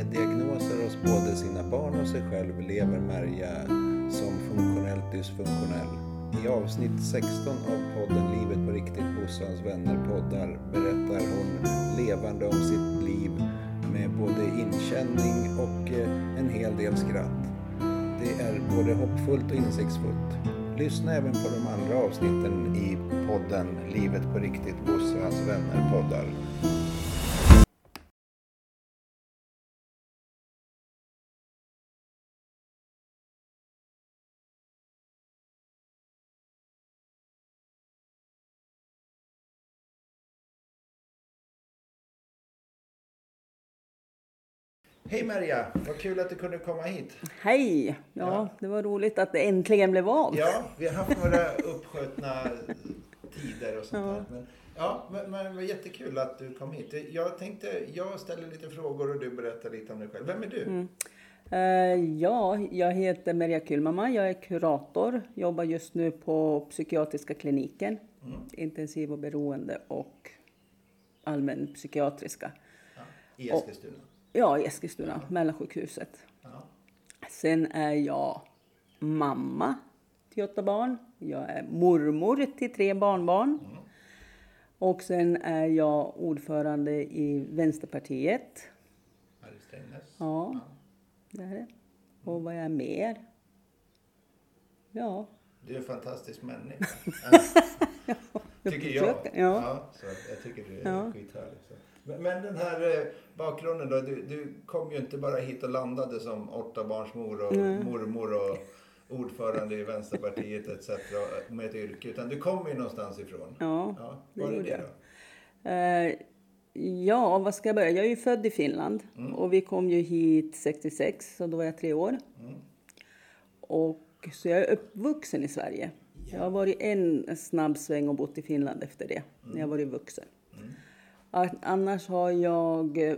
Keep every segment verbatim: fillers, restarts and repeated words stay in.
diagnoser hos både sina barn och sig själv lever Merja som funktionellt dysfunktionell. I avsnitt sexton av podden Livet på riktigt hos hans vänner poddar berättar hon levande om sitt liv med både inkänning och en hel del skratt. Det är både hoppfullt och insiktsfullt. Lyssna även på de andra avsnitten i podden Livet på riktigt hos hans vänner poddar. Hej Merja, vad kul att du kunde komma hit. Hej, ja, ja det var roligt att det äntligen blev av. Ja, vi har haft några uppskjutna tider och sånt ja. där. Men, ja, men, men det var jättekul att du kom hit. Jag tänkte, jag ställer lite frågor och du berättar lite om dig själv. Vem är du? Mm. Uh, ja, jag heter Merja Kylmämä, jag är kurator. Jobbar just nu på psykiatriska kliniken. Mm. Intensiv och beroende och allmän psykiatriska. Ja, i Eskilstuna. Och, Ja, i Eskilstuna, ja. Mellansjukhuset. Ja. Sen är jag mamma till åtta barn. Jag är mormor till tre barnbarn. Mm. Och sen är jag ordförande i Vänsterpartiet. Här i Strängnäs. Ja, ja, det är det. Och vad är jag mer? Ja. Du är en fantastisk människa. ja, tycker jag. Ja. Ja, så jag tycker du är ja. skithärlig. Så. Men den här bakgrunden då, du, du kom ju inte bara hit och landade som åttabarnsmor och mm. mormor och ordförande i Vänsterpartiet et cetera med ett yrke, utan du kom ju någonstans ifrån. Ja, ja vad är det då? Uh, ja, vad ska jag börja? Jag är ju född i Finland mm. och vi kom ju hit sextiosex, så då var jag tre år. Mm. Och så jag är uppvuxen i Sverige. Ja. Jag har varit en snabb sväng och bott i Finland efter det, mm. när jag var vuxen. Mm. Annars har jag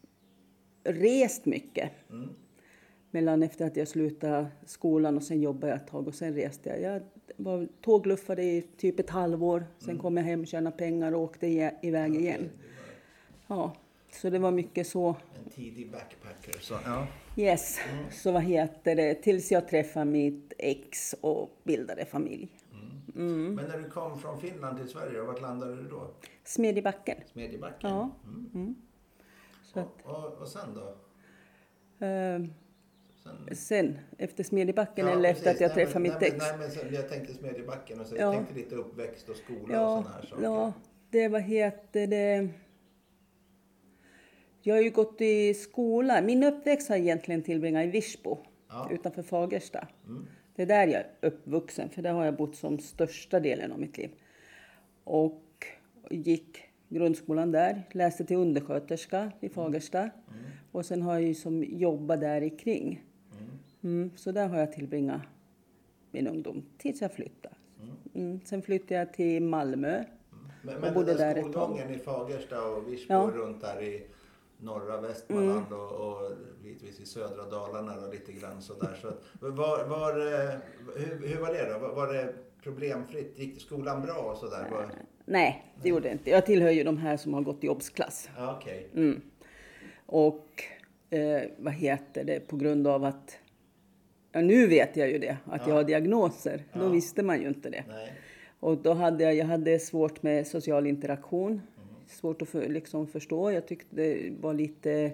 rest mycket. Mm. Mellan efter att jag slutade skolan och sen jobbade jag ett tag och sen reste jag. Jag var tågluffade i typ ett halvår. Sen mm. kom jag hem, tjänade pengar och åkte iväg okay. igen. Ja, så det var mycket så. En tidig backpacker. Så, ja. Yes, mm. så vad heter det? Tills jag träffade mitt ex och bildade familj. Mm. Mm. Men när du kom från Finland till Sverige, vart landade du då? Smedjebacken. Smedjebacken? Ja. Mm. Mm. Så och, och, och sen då? Uh, sen. sen, efter Smedjebacken ja, eller precis. efter att jag nej, träffade men, mitt nej, ex? Nej, men sen, jag tänkte Smedjebacken och så ja. jag tänkte lite uppväxt och skola ja, och sådana här saker. Ja, det var heter det... Jag har ju gått i skola. Min uppväxt har egentligen tillbringat i Virsbo, ja. utanför Fagersta. Mm. Det är där jag är uppvuxen, för där har jag bott som största delen av mitt liv. Och gick grundskolan där, läste till undersköterska i Fagersta. Mm. Och sen har jag ju som jobbat där i kring. Mm. Mm, så där har jag tillbringat min ungdom tills jag flyttade. Mm. Mm, sen flyttade jag till Malmö. Mm. Men, men den där skolgången i Fagersta och Virsbo ja. runt där i norra Västmanland mm. och, och givetvis i södra Dalarna och lite grann sådär. Så var, var, hur, hur var det då? Var, var det problemfritt? Gick skolan bra och sådär? Var... Nej, det Nej. gjorde det inte. Jag tillhör ju de här som har gått i jobbsklass. Ja, okej. Okay. Mm. Och eh, vad heter det? På grund av att, ja, nu vet jag ju det, att ja. jag har diagnoser. Ja. Då visste man ju inte det. Nej. Och då hade jag, jag hade svårt med social interaktion. Svårt att för, liksom förstå. Jag tyckte det var lite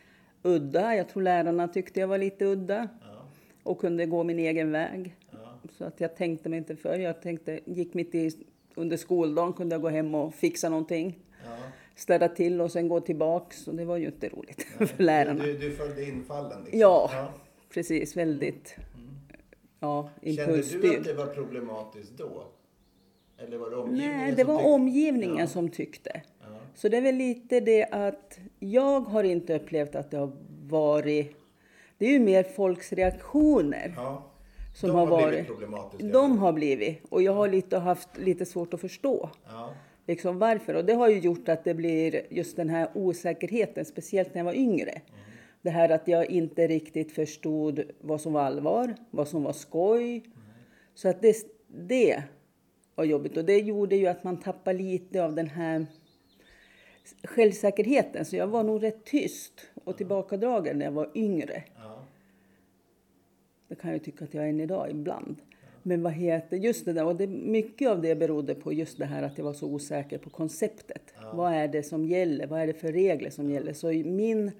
udda. Jag tror lärarna tyckte jag var lite udda. Ja. Och kunde gå min egen väg. Ja. Så att jag tänkte mig inte för. Jag tänkte, gick mitt i, under skoldagen kunde jag gå hem och fixa någonting. Ja. Städa till och sen gå tillbaka. Så det var ju inte roligt Nej. för lärarna. Du, du följde infallen liksom. Ja, ja, precis. Väldigt mm. Mm. Ja, impulsstyrd. Kände du att det var problematiskt då? Eller var det omgivningen Nej, det var som tyckte? omgivningen ja. som tyckte. Ja. Så det är väl lite det att jag har inte upplevt att det har varit... Det är ju mer folks reaktioner ja. som de har, har varit... blivit problematiska. De har blivit. Och jag har lite haft lite svårt att förstå. Ja. Liksom varför. Och det har ju gjort att det blir just den här osäkerheten. Speciellt när jag var yngre. Mm. Det här att jag inte riktigt förstod vad som var allvar. Vad som var skoj. Mm. Så att det... det var jobbigt och det gjorde ju att man tappar lite av den här självsäkerheten. Så jag var nog rätt tyst och tillbakadragen när jag var yngre. Ja. Det kan jag ju tycka att jag är än idag ibland. Men vad heter just det där, och det, mycket av det berodde på just det här att jag var så osäker på konceptet. Ja. Vad är det som gäller? Vad är det för regler som gäller? Så min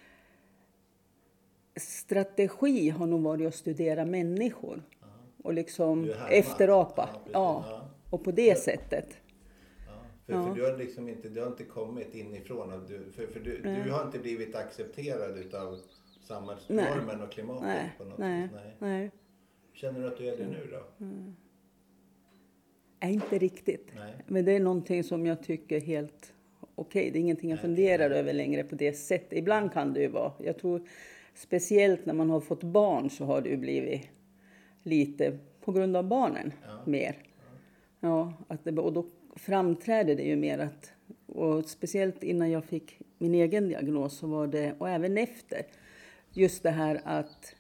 strategi har nog varit att studera människor. Ja. Och liksom Du är härmad. efterapa. Ja, precis. Ja, Ja. och på det sättet. Ja. För, Ja. för du har liksom inte, du har inte kommit inifrån. Och du, för för du, du har inte blivit accepterad utav samhällsnormen och klimatet Nej, på något nej, vis. Nej. nej. Känner du att du är det nu då? Mm. Nej, inte riktigt. Nej. Men det är någonting som jag tycker helt okej. Det är ingenting jag Nej, funderar nej. över längre på det sättet. Ibland kan det ju vara. Jag tror speciellt när man har fått barn så har det ju blivit lite på grund av barnen Ja. mer. Ja, att det, och då framträder det ju mer att, och speciellt innan jag fick min egen diagnos så var det, och även efter, just det här att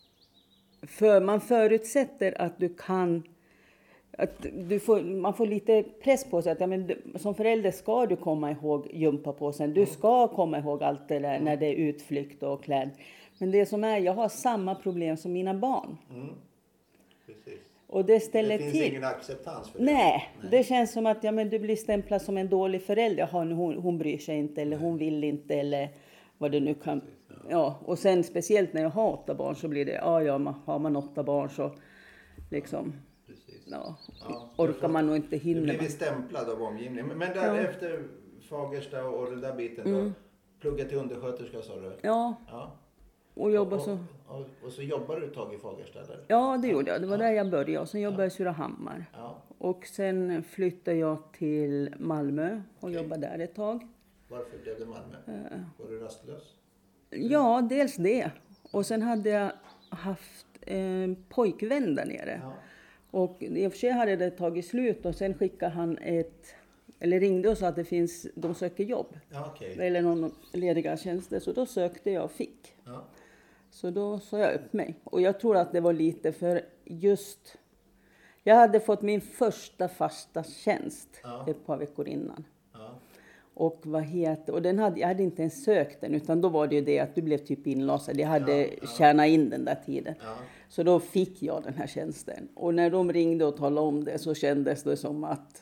för man förutsätter att du kan, att du får, man får lite press på sig att ja, men du, som förälder ska du komma ihåg gympapåsen, du ska komma ihåg allt det där när det är utflykt och kläd. Men det som är, jag har samma problem som mina barn. Mm. Precis. Och det ställer Det finns till. ingen acceptans för det. Nej, Nej. det känns som att ja, men du blir stämplad som en dålig förälder. Hon, hon, hon bryr sig inte eller hon vill inte eller vad det nu kan. Ja, och sen speciellt när jag har åtta barn så blir det, ja, ja man, har man åtta barn så liksom, Precis. ja, Ja, orkar man nog inte Du hinna. blev stämplad av omgivningen. Men, men där Ja. efter Fagersta och den där biten då, plugga till undersköterska sa du? Ja, Ja. och jobba och, så. Och, och, och så jobbar du ett tag i Fagersta eller? Ja, det gjorde jag. Det var Ja. där jag började. Och sen jobbade jag i Surahammar. Ja. Och sen flyttade jag till Malmö och Okej. jobbade där ett tag. Varför blev det Malmö? Eh. Var du rastlös? Ja, dels det. Och sen hade jag haft en pojkvän där nere. Ja. Och i och för sig hade det tagit slut och sen skickade han ett, eller ringde och sa att det finns, de söker jobb. Ja, okej. Eller någon lediga tjänster. Så då sökte jag och fick. Ja. Så då sa jag upp mig. Och jag tror att det var lite för just, jag hade fått min första fasta tjänst Ja. ett par veckor innan. Ja. Och vad heter, och den hade, jag hade inte ens sökt den utan då var det ju det att du blev typ inlasad. Jag hade Ja, ja. tjänat in den där tiden. Ja. Så då fick jag den här tjänsten. Och när de ringde och talade om det så kändes det som att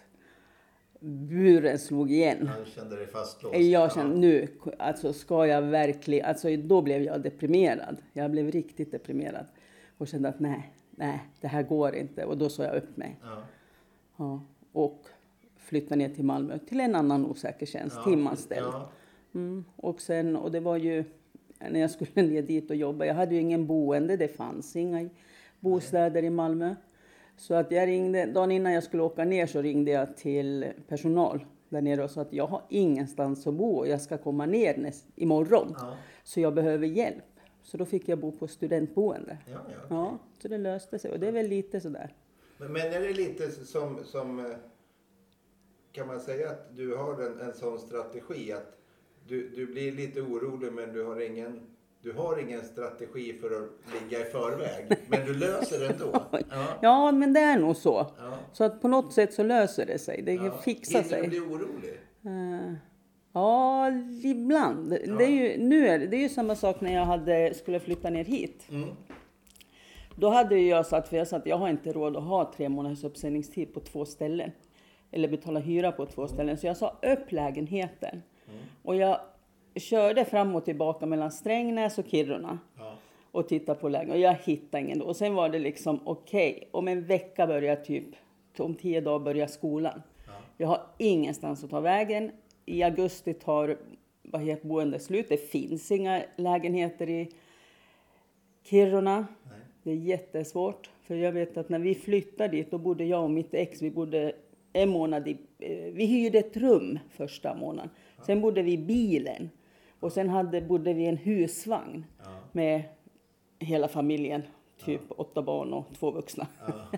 buren slog igen. Jag kände dig fastlåst. Jag kände Ja. nu, alltså ska jag verkligen, alltså då blev jag deprimerad. Jag blev riktigt deprimerad. Och kände att nej, nej, det här går inte. Och då sa jag upp mig. Ja. Ja, och flyttade ner till Malmö till en annan osäker tjänst, Ja. timanställd. Ja. Mm. Och sen, och det var ju när jag skulle ner dit och jobba, jag hade ju ingen boende, det fanns inga bostäder i Malmö. Så att jag ringde, dagen innan jag skulle åka ner så ringde jag till personal där nere och sa att jag har ingenstans att bo och jag ska komma ner näst, imorgon. Ja. Så jag behöver hjälp. Så då fick jag bo på studentboende. Ja, ja, okej. Ja, så det löste sig och det är väl lite sådär. Men, men är det lite som, som, eh, kan man säga att du har en, en sån strategi att du, du blir lite orolig men du har ingen, du har ingen strategi för att ligga i förväg. Men du löser det ändå. Ja. Ja, men det är nog så. Ja. Så att på något sätt så löser det sig. Det Ja. fixar Hinner sig. du bli orolig? Eh, ja, ibland. Det är ju, nu är det, det är ju samma sak när jag hade, skulle flytta ner hit. Mm. Då hade ju jag sagt, för jag sa att jag har inte råd att ha tre månaders uppsägningstid på två ställen. Eller betala hyra på två ställen. Så jag sa upp lägenheten. Mm. Och jag körde fram och tillbaka mellan Strängnäs och Kiruna. Ja. Och tittade på lägen. Och jag hittade ingen då. Och sen var det liksom okej. Okay, om en vecka börjar typ, om tio dagar börjar skolan. Ja. Jag har ingenstans att ta vägen. I augusti tar vad heter boendet slut. Det finns inga lägenheter i Kiruna. Nej. Det är jättesvårt. För jag vet att när vi flyttade dit, då bodde jag och mitt ex, vi bodde en månad i, eh, vi hyrde ett rum första månaden. Sen bodde vi i bilen. Och sen hade, bodde vi i en husvagn Ja. med hela familjen. Typ åtta barn och två vuxna. Ja.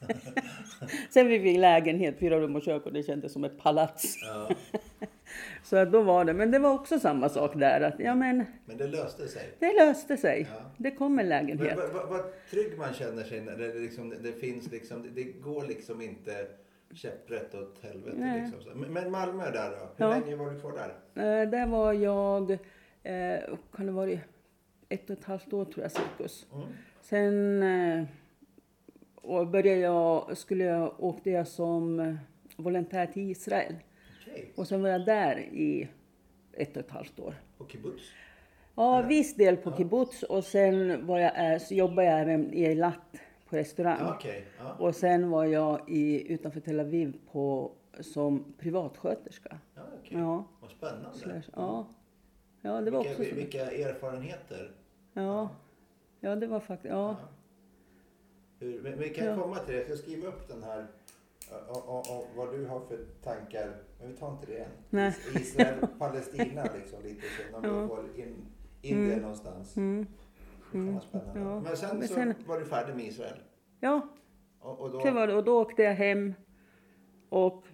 Sen fick vi lägenhet, fyra rum och kök och det kändes som ett palats. Ja. Så att då var det, men det var också samma sak där. Att, ja men, Men det löste sig. det löste sig. Ja. Det kom en Men lägenhet. vad, vad, vad trygg man känner sig när det, liksom, det finns liksom, det går liksom inte käpprätt åt helvete. Liksom. Men, men Malmö där då? Hur Ja. länge var du kvar där? Eh, där var jag, eh, kan det vara ett och ett halvt år tror jag cirkus. Mm. Sen eh, och började jag, skulle jag, åkte jag som eh, volontär till Israel. Okay. Och sen var jag där i ett och ett halvt år. På kibbutz? Ja, Eller? viss del på Ja. kibbutz och sen var jag, äh, så jobbade jag även i Eilat på restaurang. Ja, okay. Ja. Och sen var jag i, utanför Tel Aviv på, som privatsköterska. Ja, okay. Ja. Vad spännande. Slash, ja. Ja, det var vilka, också så. vilka erfarenheter. Ja. Ja, det var faktiskt, ja. Ja. Hur, men vi kan Ja. komma till det. Jag ska skriva upp den här. Och, och, och vad du har för tankar. Men vi tar inte det än. Nej. Israel, Palestina liksom lite så. När Ja. vi får in, in Mm. det någonstans. Mm. Det kan vara spännande. Ja. Men sen Men så sen- var du färdig med Israel. Ja, Och, och då, det var det. Och då åkte jag hem och,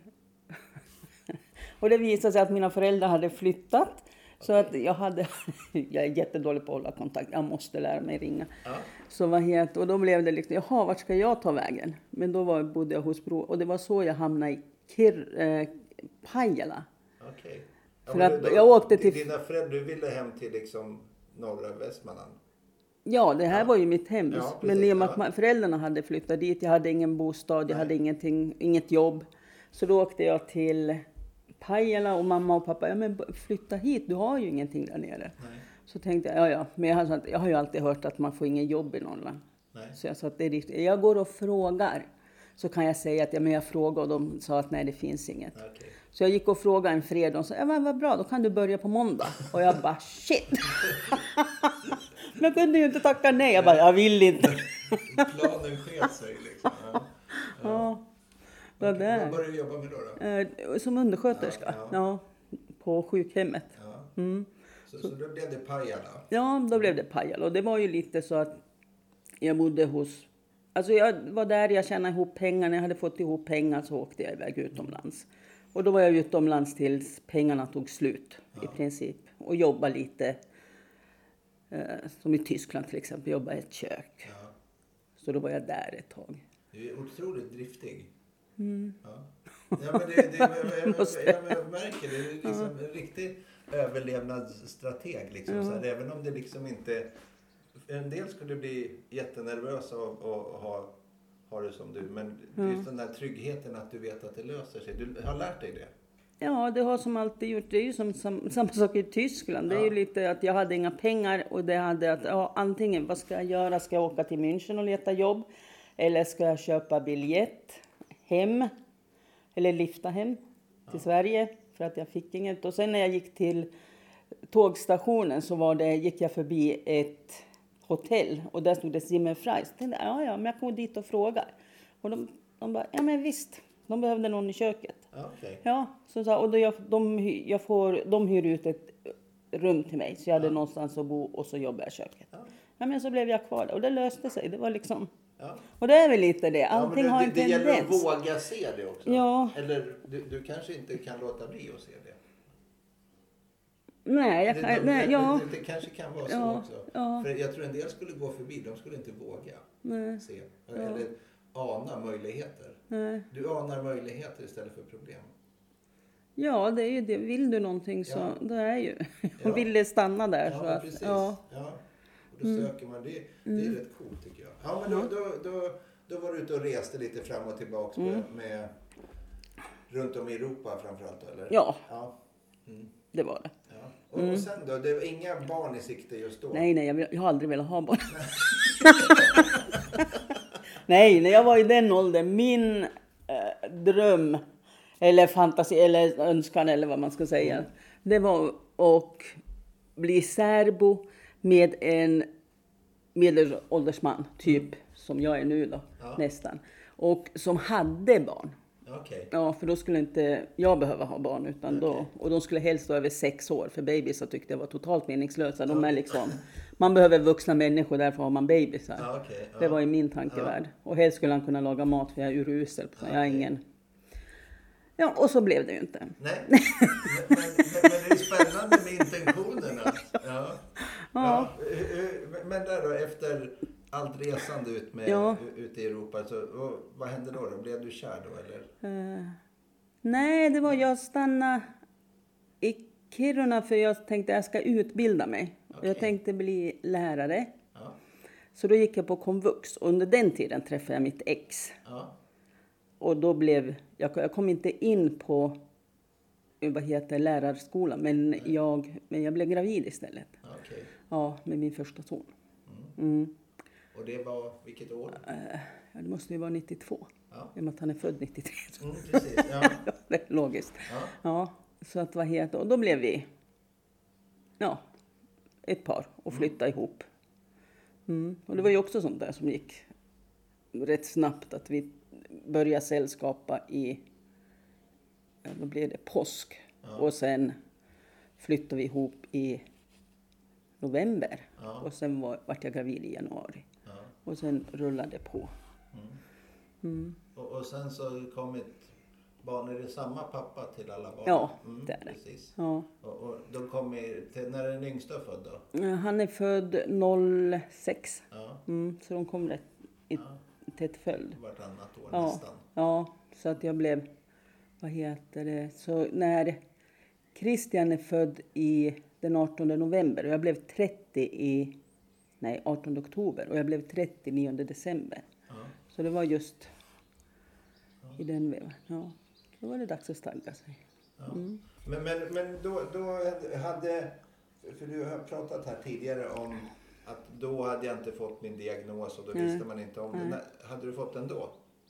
och det visade sig att mina föräldrar hade flyttat. Så att jag hade, jag är jättedålig på att hålla kontakt, jag måste lära mig ringa. Ja. Så vad heter, och då blev det liksom, jaha, vart ska jag ta vägen? Men då var, bodde jag hos bror, och det var så jag hamnade i Kir, eh, Pajala. Okej. För men att då- jag åkte till- Dina föräldrar, du ville hem till liksom norra Västmanland. Ja, det här Ja. var ju mitt hem. Ja, Men precis, i och med ja. att ma- föräldrarna hade flyttat dit, jag hade ingen bostad, jag Nej. hade ingenting, inget jobb. Så då åkte jag till Pajala och mamma och pappa, ja men b- flytta hit, du har ju ingenting där nere. Nej. Så tänkte jag, ja ja, men jag har, sagt, jag har ju alltid hört att man får ingen jobb i Norrland. Nej. Så jag sa att det är riktigt. Jag går och frågar. Så kan jag säga att ja, men jag frågar och de sa att nej, det finns inget. Okej. Så jag gick och frågade en fredag och sa, ja men vad bra, då kan du börja på måndag. Och jag bara, shit. Men jag kunde ju inte tacka nej. Jag bara, jag vill inte. Planen sket sig liksom. Ja. Ja, det Okej, där. vad började du jobba med då? då? Eh, Som undersköterska. Ja, Ja, på sjukhemmet. Ja. Mm. Så, så då blev det Pajala? Ja, då blev det Pajala. Och det var ju lite så att jag bodde hos... Alltså jag var där, jag tjänade ihop pengar. När jag hade fått ihop pengar så åkte jag iväg utomlands. Och då var jag utomlands tills pengarna tog slut i princip. Och jobbade lite. Eh, som i Tyskland till exempel, jobbade i ett kök. Ja. Så då var jag där ett tag. Du är otroligt driftig. Mm. Ja. Ja, men det, det, jag, jag, jag, jag märker det. Det är liksom en riktig överlevnadsstrateg. Liksom, Ja. så här, även om det liksom inte... En del skulle bli jättenervösa och, och ha, ha det som du. Men Ja. just den där tryggheten att du vet att det löser sig. Du har lärt dig det. Ja, det har som alltid gjort. Det är ju som sam, samma sak i Tyskland. Det är Ja. ju lite att jag hade inga pengar och det hade att ja, antingen vad ska jag göra? Ska jag åka till München och leta jobb? Eller ska jag köpa biljett hem? Eller lifta hem till Sverige? För att jag fick inget. Och sen när jag gick till tågstationen så var det, gick jag förbi ett hotell och där stod det Zimmerfrei. Så tänkte jag, ja ja, men jag kommer dit och frågar. Och de, de bara, ja men visst. De behövde någon i köket. Ja, okej. Ja, så sa, och då jag, de, hy- jag får, de hyr ut ett rum till mig. Så jag hade Ja. någonstans att bo och så jobbade jag i köket. Ja. Ja, men så blev jag kvar där och det löste sig. Det var liksom, Ja. och det är väl lite det. Ja, men Allting det, har det, en det gäller att tendens. våga se det också. Ja. Eller du, du kanske inte kan låta bli att se det. Nej, jag Det, kan, det, nej, det, ja. det, det kanske kan vara Ja, så också. ja. För jag tror en del skulle gå förbi. De skulle inte våga Nej, se. Eller ana möjligheter. nej. Du anar möjligheter istället för problem. Ja, det är ju det. Vill du någonting så, Ja. det är ju. Ja. Och vill det stanna där. Ja, så men att, precis. ja. Ja. Och då söker man det. Det är rätt coolt tycker jag. Ja, men då, då, då, då var du ute och reste lite fram och tillbaka med, med runt om i Europa framförallt, eller? Ja, Ja. Mm. det var det. Ja. Och, och sen då? Det var inga barn i sikte just då? Nej, nej, jag, vill, jag har aldrig velat ha barn. Nej, när jag var i den åldern, min eh, dröm, eller fantasi, eller önskan, eller vad man ska säga, Mm. det var att bli särbo med en medelålders man, typ som jag är nu då, Ja. nästan. Och som hade barn. Okej. Ja, för då skulle inte jag behöva ha barn. Utan då, och de skulle helst vara över sex år. För babysar tyckte jag var totalt meningslösa. De är liksom, man behöver vuxna människor, därför har man babysar. Ja, okej. Ja. Det var i min tankevärld. Och helst skulle han kunna laga mat, för jag är urusel. Så jag har Okej. ingen... Ja, och så blev det ju inte. Nej, men, men, men, men det är spännande med intentionerna. Ja. Ja. Hur- hur- Men där då, efter allt resande ut, med, ja. ut i Europa. Så, och, vad hände då? då? Blev du kär då? Eller? Uh, nej, det var jag stannade i Kiruna för jag tänkte jag ska utbilda mig. Okay. Jag tänkte bli lärare. Ja. Så då gick jag på komvux. Och under den tiden träffade jag mitt ex. Ja. Och då blev, jag, jag kom inte in på vad heter lärarskolan. Men jag, men jag blev gravid istället. Okay. Ja, med min första son. Mm. Mm. Och det var vilket år? Uh, ja, det måste ju vara nittiotvå. Ja. I och med att han är född nittiotre. Mm, precis, ja. Det är logiskt. Ja. Ja, så att vad heter, och då blev vi ja, ett par och flyttade mm. ihop. Mm. Och det var ju också sånt där som gick rätt snabbt att vi började sällskapa i, ja, vad blev det, påsk. Ja. Och sen flyttade vi ihop i november. Ja. Och sen var, var jag gravid i januari. Ja. Och sen rullade det på. Mm. Mm. Och, och sen så kom ett barn, är det samma pappa till alla barn? Ja, mm, det är det. Precis. Ja. Och, och de kom i, till, när är den yngsta född då? Han är född noll sex. Ja. Mm, så de kom rätt i ja. tätt följd. Vartannat år ja. nästan. Ja, så att jag blev, vad heter det, så när Christian är född i den artonde november och jag blev trettio i, nej artonde oktober och jag blev trettio nionde december. Ja. Så det var just ja. i den vevan, ja. Då var det dags att stagga sig. Ja. Mm. Men, men, men då, då hade, för du har pratat här tidigare om att då hade jag inte fått min diagnos och då Nej. visste man inte om det. Hade du fått den då?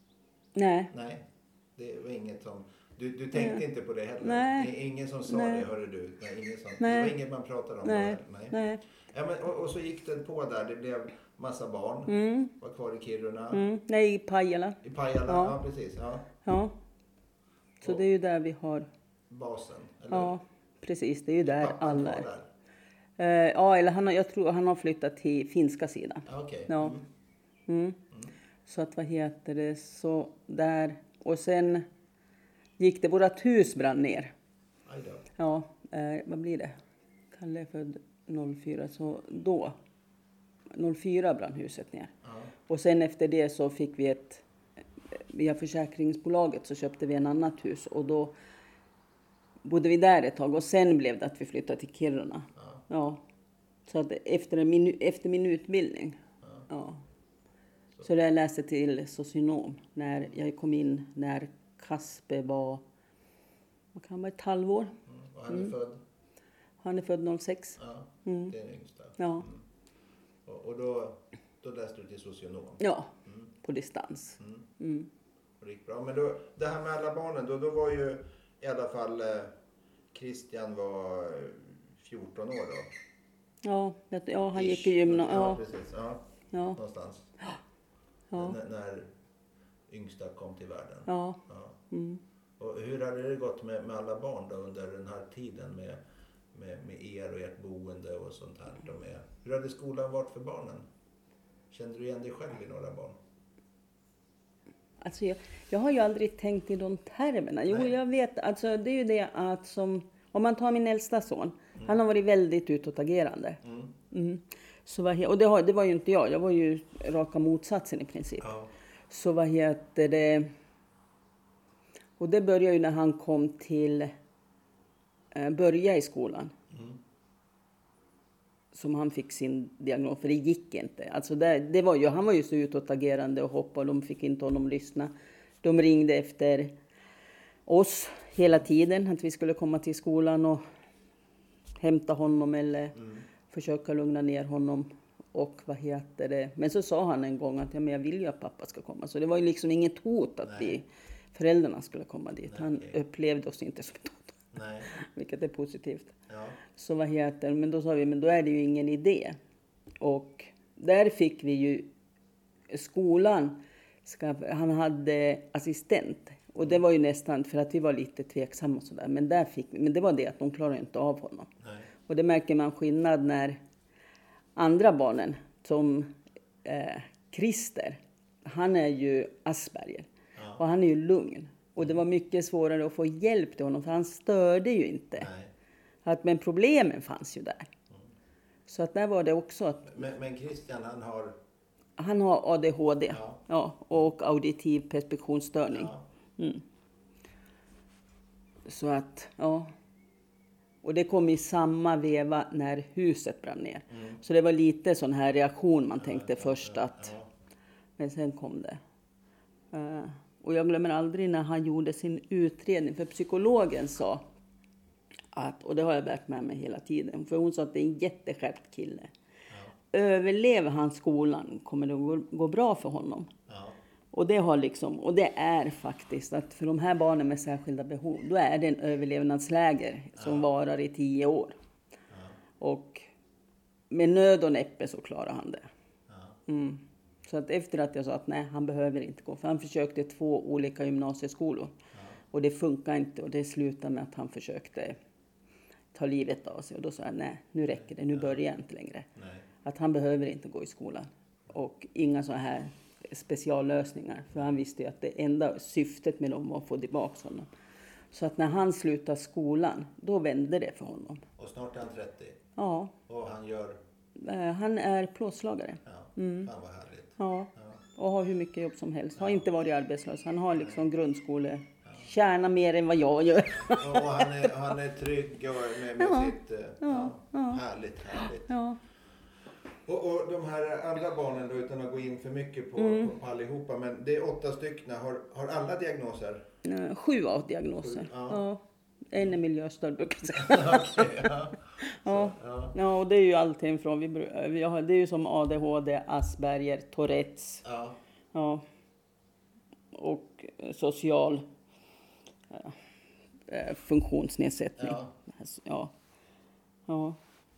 Nej. Nej, det var inget som, du, du tänkte Nej. inte på det heller? Nej. Ingen som sa Nej. det, hörde du? Nej, ingen som, Nej. Det var inget man pratade om? Nej. Då, Nej. Nej. Ja, men, och, och så gick det på där, det blev massa barn, mm. var kvar i Kiruna. Mm. Nej, i Pajala. I Pajala, ja, ja precis. Ja. ja. Så och det är ju där vi har basen, eller? Ja, precis. Det är ju där Pappa alla är. Där. Uh, ja, eller han har, jag tror han har flyttat till finska sidan. Okay. Ja. Mm. Mm. Mm. Så att vad heter det, så där. Och sen gick det, vårat hus brann ner. Aj då. Ja, uh, vad blir det? Kalle är född noll fyra, så då. noll fyra brann huset ner. Ja. Och sen efter det så fick vi ett, via försäkringsbolaget så köpte vi en annat hus. Och då bodde vi där ett tag och sen blev det att vi flyttade till Kiruna. Ja. ja. Så att efter min, efter min utbildning. Ja. ja. Så. så jag läste till socionom när jag kom in när Kasper var, vad kan vara, ett halvår. Mm. Och han är mm. född? Han är född noll sex. Ja, mm. det är den yngsta. Ja. Mm. Och, och då, då läste du till socionom? Ja, mm. på distans. Mm. Mm. Och det gick bra. Men då, det här med alla barnen, då, då var ju i alla fall eh, Christian var fjorton år då? Ja, det, ja han Ish. gick i gymnasiet. Ja, ja, precis. Ja, ja. någonstans. Ja. N- när yngsta kom till världen. Ja. ja. Mm. Och hur hade det gått med, med alla barn då under den här tiden med, med, med er och ert boende och sånt här? Med, hur hade skolan varit för barnen? Kände du igen dig själv i några barn? Alltså jag, jag har ju aldrig tänkt i de termerna. Jo, Nej. jag vet. Alltså det är ju det att som, om man tar min äldsta son. Mm. Han har varit väldigt utåtagerande. Mm. Mm. Så vad, och det, har, det var ju inte jag. Jag var ju raka motsatsen i princip. Ja. Så vad heter det? Och det började ju när han kom till eh, börja i skolan. Mm. Som han fick sin diagnos, för det gick inte. Alltså det, det var ju, han var ju så utåtagerande och hoppade, och de fick inte honom lyssna. De ringde efter oss hela tiden, att vi skulle komma till skolan och hämta honom eller mm. försöka lugna ner honom. Och vad heter det? Men så sa han en gång att ja, men jag vill ju att pappa ska komma. Så det var ju liksom inget hot att vi, föräldrarna skulle komma dit. Nej, han okay. upplevde oss inte som ett hot. Nej. Vilket är positivt. Ja. Så vad heter, men då sa vi, men då är det ju ingen idé. Och där fick vi ju skolan, ska, han hade assistent. Och det var ju nästan för att vi var lite tveksamma och sådär. Men där fick vi, men det var det att de klarade inte av honom. Nej. Och det märker man skillnad när andra barnen, som eh, Christer, han är ju Asperger. Ja. Och han är ju lugn. Och det var mycket svårare att få hjälp till honom, för han störde ju inte. Nej. Att, men problemen fanns ju där. Mm. Så att där var det också att... Men, men Christian, han har... Han har A D H D. Ja. Ja, och auditiv perspektionsstörning. Ja. Mm. Så att, ja. Och det kom i samma veva när huset brann ner. Mm. Så det var lite sån här reaktion man tänkte ja, först ja, att... Ja. Men sen kom det. Uh, och jag glömmer aldrig när han gjorde sin utredning. För psykologen sa att, och det har jag lärt med mig hela tiden. För hon sa att det är en jätteskärpt kille. Ja. Överlever han skolan kommer det att gå, gå bra för honom. Ja. Och det har liksom, och det är faktiskt att för de här barnen med särskilda behov, då är det en överlevnadsläger som ja. varar i tio år. Ja. Och med nöd och näppe så klarar han det. Ja. Mm. Så att efter att jag sa att nej, han behöver inte gå. För han försökte två olika gymnasieskolor. Ja. Och det funkar inte. Och det slutade med att han försökte ta livet av sig. Och då sa jag nej, nu räcker det. Nu börjar jag inte längre. Nej. Att han behöver inte gå i skolan. Och inga så här speciallösningar. För han visste ju att det enda syftet med dem var att få tillbaka honom. Så att när han slutade skolan, då vände det för honom. Och snart är han trettio? Ja. Och han gör? Han är plåtslagare. Ja, mm. Fan vad härligt. Ja. Ja. Och har hur mycket jobb som helst. Har ja. inte varit arbetslös. Han har liksom grundskole... Ja. Tjänar mer än vad jag gör. Ja, och han är, han är trygg och med, med ja. sitt... Ja. Ja. Härligt, härligt. Ja. Och, och de här andra barnen då, utan att gå in för mycket på, mm. på, på allihopa. Men det är åtta stycken. Har, har alla diagnoser? Nej, sju av diagnoser. Sju, ja. Ja. En är miljöstörd brukar jag säga. Okay, ja. Ja. Så, ja. Ja, och det är ju allting från, vi, vi har, det är ju som A D H D, Asperger, Tourettes. Ja. Ja. Och social äh, funktionsnedsättning. Ja. Ja. Ja.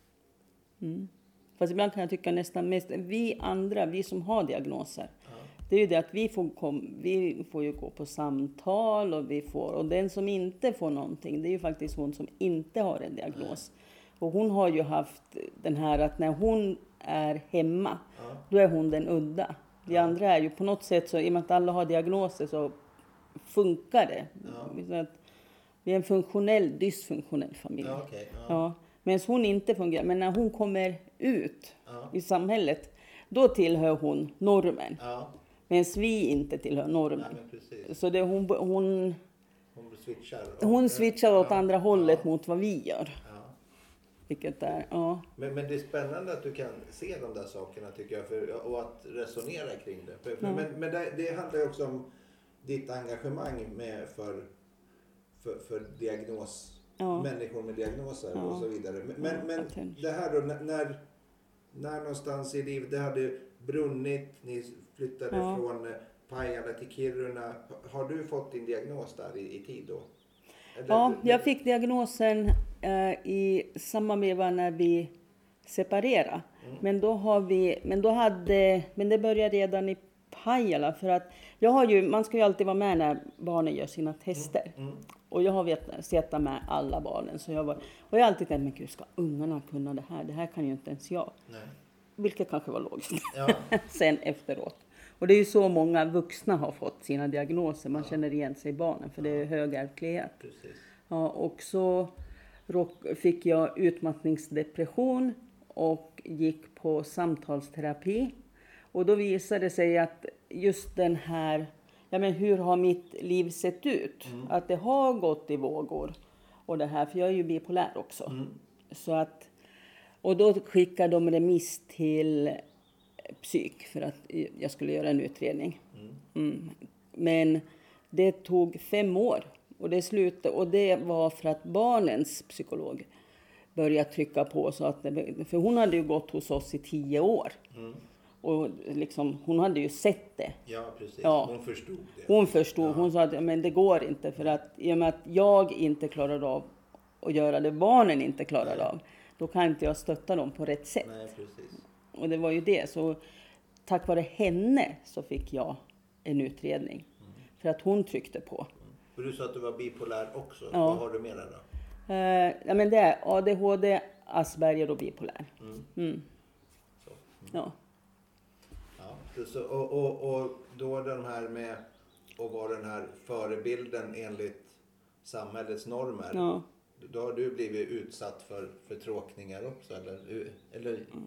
Mm. Fast ibland kan jag tycka nästan mest, vi andra, vi som har diagnoser. Ja. Det är ju det att vi får, kom, vi får ju gå på samtal och vi får, och den som inte får någonting, det är ju faktiskt hon som inte har en diagnos. Ja. Och hon har ju haft den här att när hon är hemma, ja. då är hon den udda. Vi ja. andra är ju på något sätt så, i och med att alla har diagnoser så funkar det. Ja. Så att vi är en funktionell, dysfunktionell familj. Ja, okay. Ja. Ja. Men hon inte fungerar, men när hon kommer ut ja. i samhället, då tillhör hon normen. Ja. Men vi inte tillhör normen. Ja, så det hon hon hon switchar, hon switchar åt ja. andra hållet ja. mot vad vi gör. Ja. Vilket är ja. Men men det är spännande att du kan se de där sakerna tycker jag för, och att resonera kring det. För, för, ja. Men men det, det handlar ju också om ditt engagemang med för för för diagnos ja. människor med diagnoser ja. och så vidare. Men ja, men det här då när när någonstans i livet det hade brunnit, ni flyttade ja. från Pajala till Kiruna. Har du fått din diagnos där i, i tid då? Eller, ja, jag fick diagnosen eh, i samma veva när vi separerade. Mm. Men då har vi, men då hade, men det började redan i Pajala för att jag har ju, man ska ju alltid vara med när barnen gör sina tester. Mm. Mm. Och jag har vet, sett med alla barnen. Så jag var, och jag har alltid tänkt, men gud, ska ungarna kunna det här? Det här kan ju inte ens jag. Nej. Vilket kanske var logiskt. Ja. Sen efteråt. Och det är ju så många vuxna har fått sina diagnoser. Man ja. känner igen sig i barnen för det är högärftlighet. Precis. Ja, och så fick jag utmattningsdepression och gick på samtalsterapi. Och då visade det sig att just den här, ja men hur har mitt liv sett ut? Mm. Att det har gått i vågor. Och det här, för jag är ju bipolär också. Mm. Så att, och då skickade de remiss till psyk för att jag skulle göra en utredning. Mm. Mm. Men det tog fem år. Och det slutade, och det var för att barnens psykolog började trycka på. Så att det, för hon hade ju gått hos oss i tio år. Mm. Och liksom, hon hade ju sett det. Ja, precis. Ja. Hon förstod det. Hon förstod. Ja. Hon sa att men det går inte. För att i och med att jag inte klarar av att göra det barnen inte klarar Nej. av. Då kan inte jag stötta dem på rätt sätt. Nej, precis. Och det var ju det. Så tack vare henne så fick jag en utredning. Mm. För att hon tryckte på. Mm. Och du sa att du var bipolär också. Ja. Vad har du med då? Uh, ja, men det är A D H D, Asperger och bipolär. Mm. Mm. Så. Mm. Ja. Ja. Så, och, och, och då den här med att vara den här förebilden enligt samhällets normer. Ja. Då har du blivit utsatt för, för tråkningar också? Eller, eller? Mm.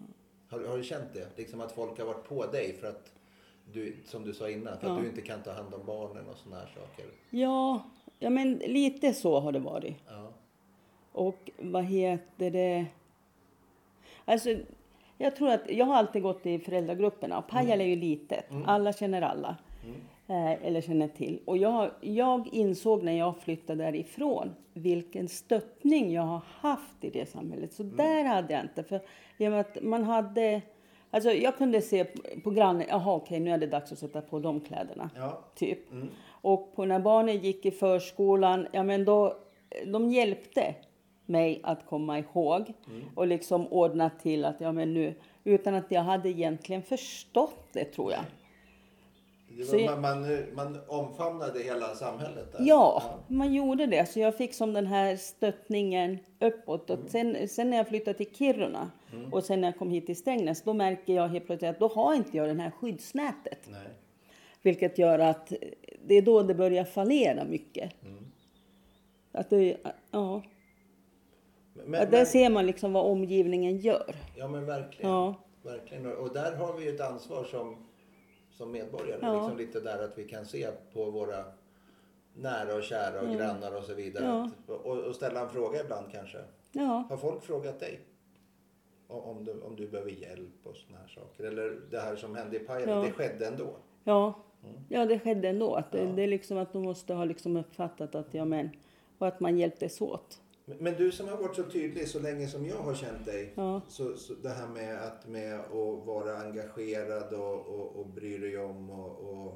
Har, har du känt det? Liksom att folk har varit på dig för att du, som du sa innan, för ja. att du inte kan ta hand om barnen och såna här saker? Ja, ja men lite så har det varit. Ja. Och vad heter det? Alltså, jag tror att jag har alltid gått i föräldragrupperna. Pajala mm. är ju litet. Mm. Alla känner alla. Mm. Eh, eller känner till. Och jag, jag insåg när jag flyttade därifrån vilken stöttning jag har haft i det samhället. Så mm. där hade jag inte. För i och med att man hade... Alltså jag kunde se på grannen, jaha okej nu är det dags att sätta på de kläderna. Ja. Typ. Mm. Och på när barnen gick i förskolan, ja men då, de hjälpte mig att komma ihåg. Mm. Och liksom ordna till att, ja men nu, utan att jag hade egentligen förstått det tror jag. Det var, jag, man, man, man omfamnade hela samhället där. Ja, ja, man gjorde det. Så jag fick som den här stöttningen uppåt. Mm. Och sen, sen när jag flyttade till Kiruna mm. och sen när jag kom hit till Strängnäs, då märker jag helt plötsligt att då har inte jag det här skyddsnätet. Nej. Vilket gör att det är då det börjar fallera mycket. Mm. Att det, ja. Men, att där men, ser man liksom vad omgivningen gör. Ja men verkligen. Ja. verkligen. Och där har vi ett ansvar som... som medborgare, ja. liksom lite där att vi kan se på våra nära och kära och ja. grannar och så vidare. Ja. Att, och, och ställa en fråga ibland kanske. Ja. Har folk frågat dig om du, om du behöver hjälp och såna här saker? Eller det här som hände i Pajala, ja. det skedde ändå? Ja, mm. ja det skedde ändå. Att det, ja. det är liksom att de måste ha liksom uppfattat att, ja, men, och att man hjälptes åt. Men du som har varit så tydlig så länge som jag har känt dig. Ja. Så, så det här med att, med att vara engagerad och, och, och bry dig om och, och,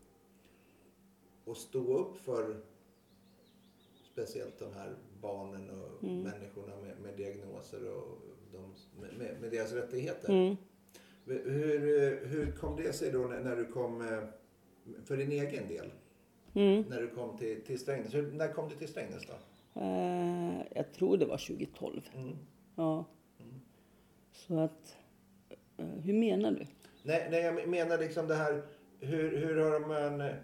och stå upp för speciellt de här barnen och mm. människorna med, med diagnoser och de, med, med deras rättigheter. Mm. Hur, hur kom det sig då när, när du kom för din egen del? Mm. När du kom till, till Strängnäs. Hur, när kom du till Strängnäs då? Uh, jag tror det var tjugo tolv. Mm. Ja. Mm. Så att, uh, hur menar du? Nej, nej, jag menar liksom det här, hur, hur har man, n-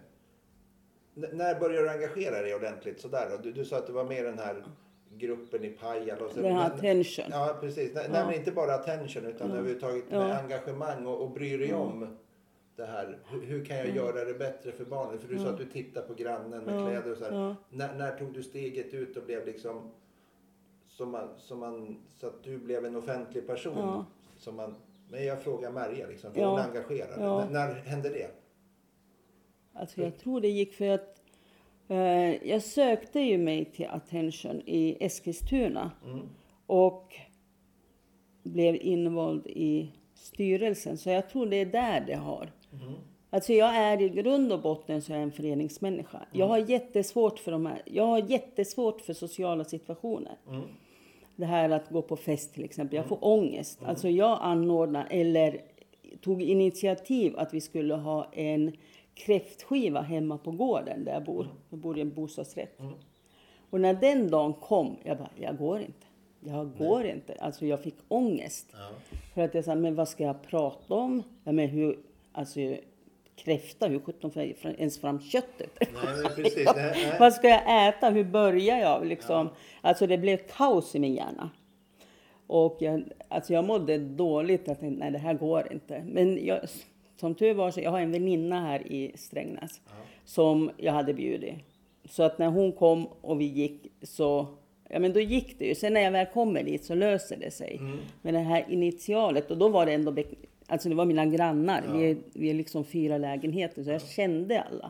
när börjar du engagera dig ordentligt sådär då? Du, du sa att det var med den här gruppen i Pajala. Och så, den här attention. Ja, precis. Nej, ja. men inte bara attention utan ja. överhuvudtaget ja. med engagemang och, och bry dig ja. om det här. Hur, hur kan jag mm. göra det bättre för barnen? För du ja. sa att du tittar på grannen med ja. kläder och så här. Ja. När, när tog du steget ut och blev liksom som man, som man, så att du blev en offentlig person? Ja. Som man, men jag frågar Maria liksom, för ja. hon är engagerad. Ja. N- när hände det? Alltså jag tror det gick för att eh, jag sökte ju mig till attention i Eskilstuna. Mm. Och blev invald i styrelsen. Så jag tror det är där det har. Mm. Alltså jag är i grund och botten så är jag en föreningsmänniska. Mm. Jag har jättesvårt för de här. Jag har jättesvårt för sociala situationer. Mm. Det här att gå på fest till exempel. Jag får ångest. Mm. Alltså jag anordnar eller tog initiativ att vi skulle ha en kräftskiva hemma på gården där jag bor. Mm. Jag bor i en bostadsrätt. Mm. Och när den dagen kom, jag bara, jag går inte. Jag går Nej. inte. Alltså jag fick ångest. Ja. För att jag sa, men vad ska jag prata om? Ja, men hur, alltså kräfta, hur sjutton får jag ens fram köttet? Nej, precis. Nej, nej. Vad ska jag äta? Hur börjar jag? Liksom? Ja. Alltså det blev kaos i min hjärna. Och jag, alltså jag mådde dåligt. Att nej, det här går inte. Men jag, som tur var så jag har en väninna här i Strängnäs. Ja. Som jag hade bjudit. Så att när hon kom och vi gick så... Ja men då gick det ju. Sen när jag väl kommer dit så löser det sig. Mm. Men det här initialet. Och då var det ändå... Be- alltså det var mina grannar. Ja. Vi, är, vi är liksom fyra lägenheter. Så jag ja. kände alla.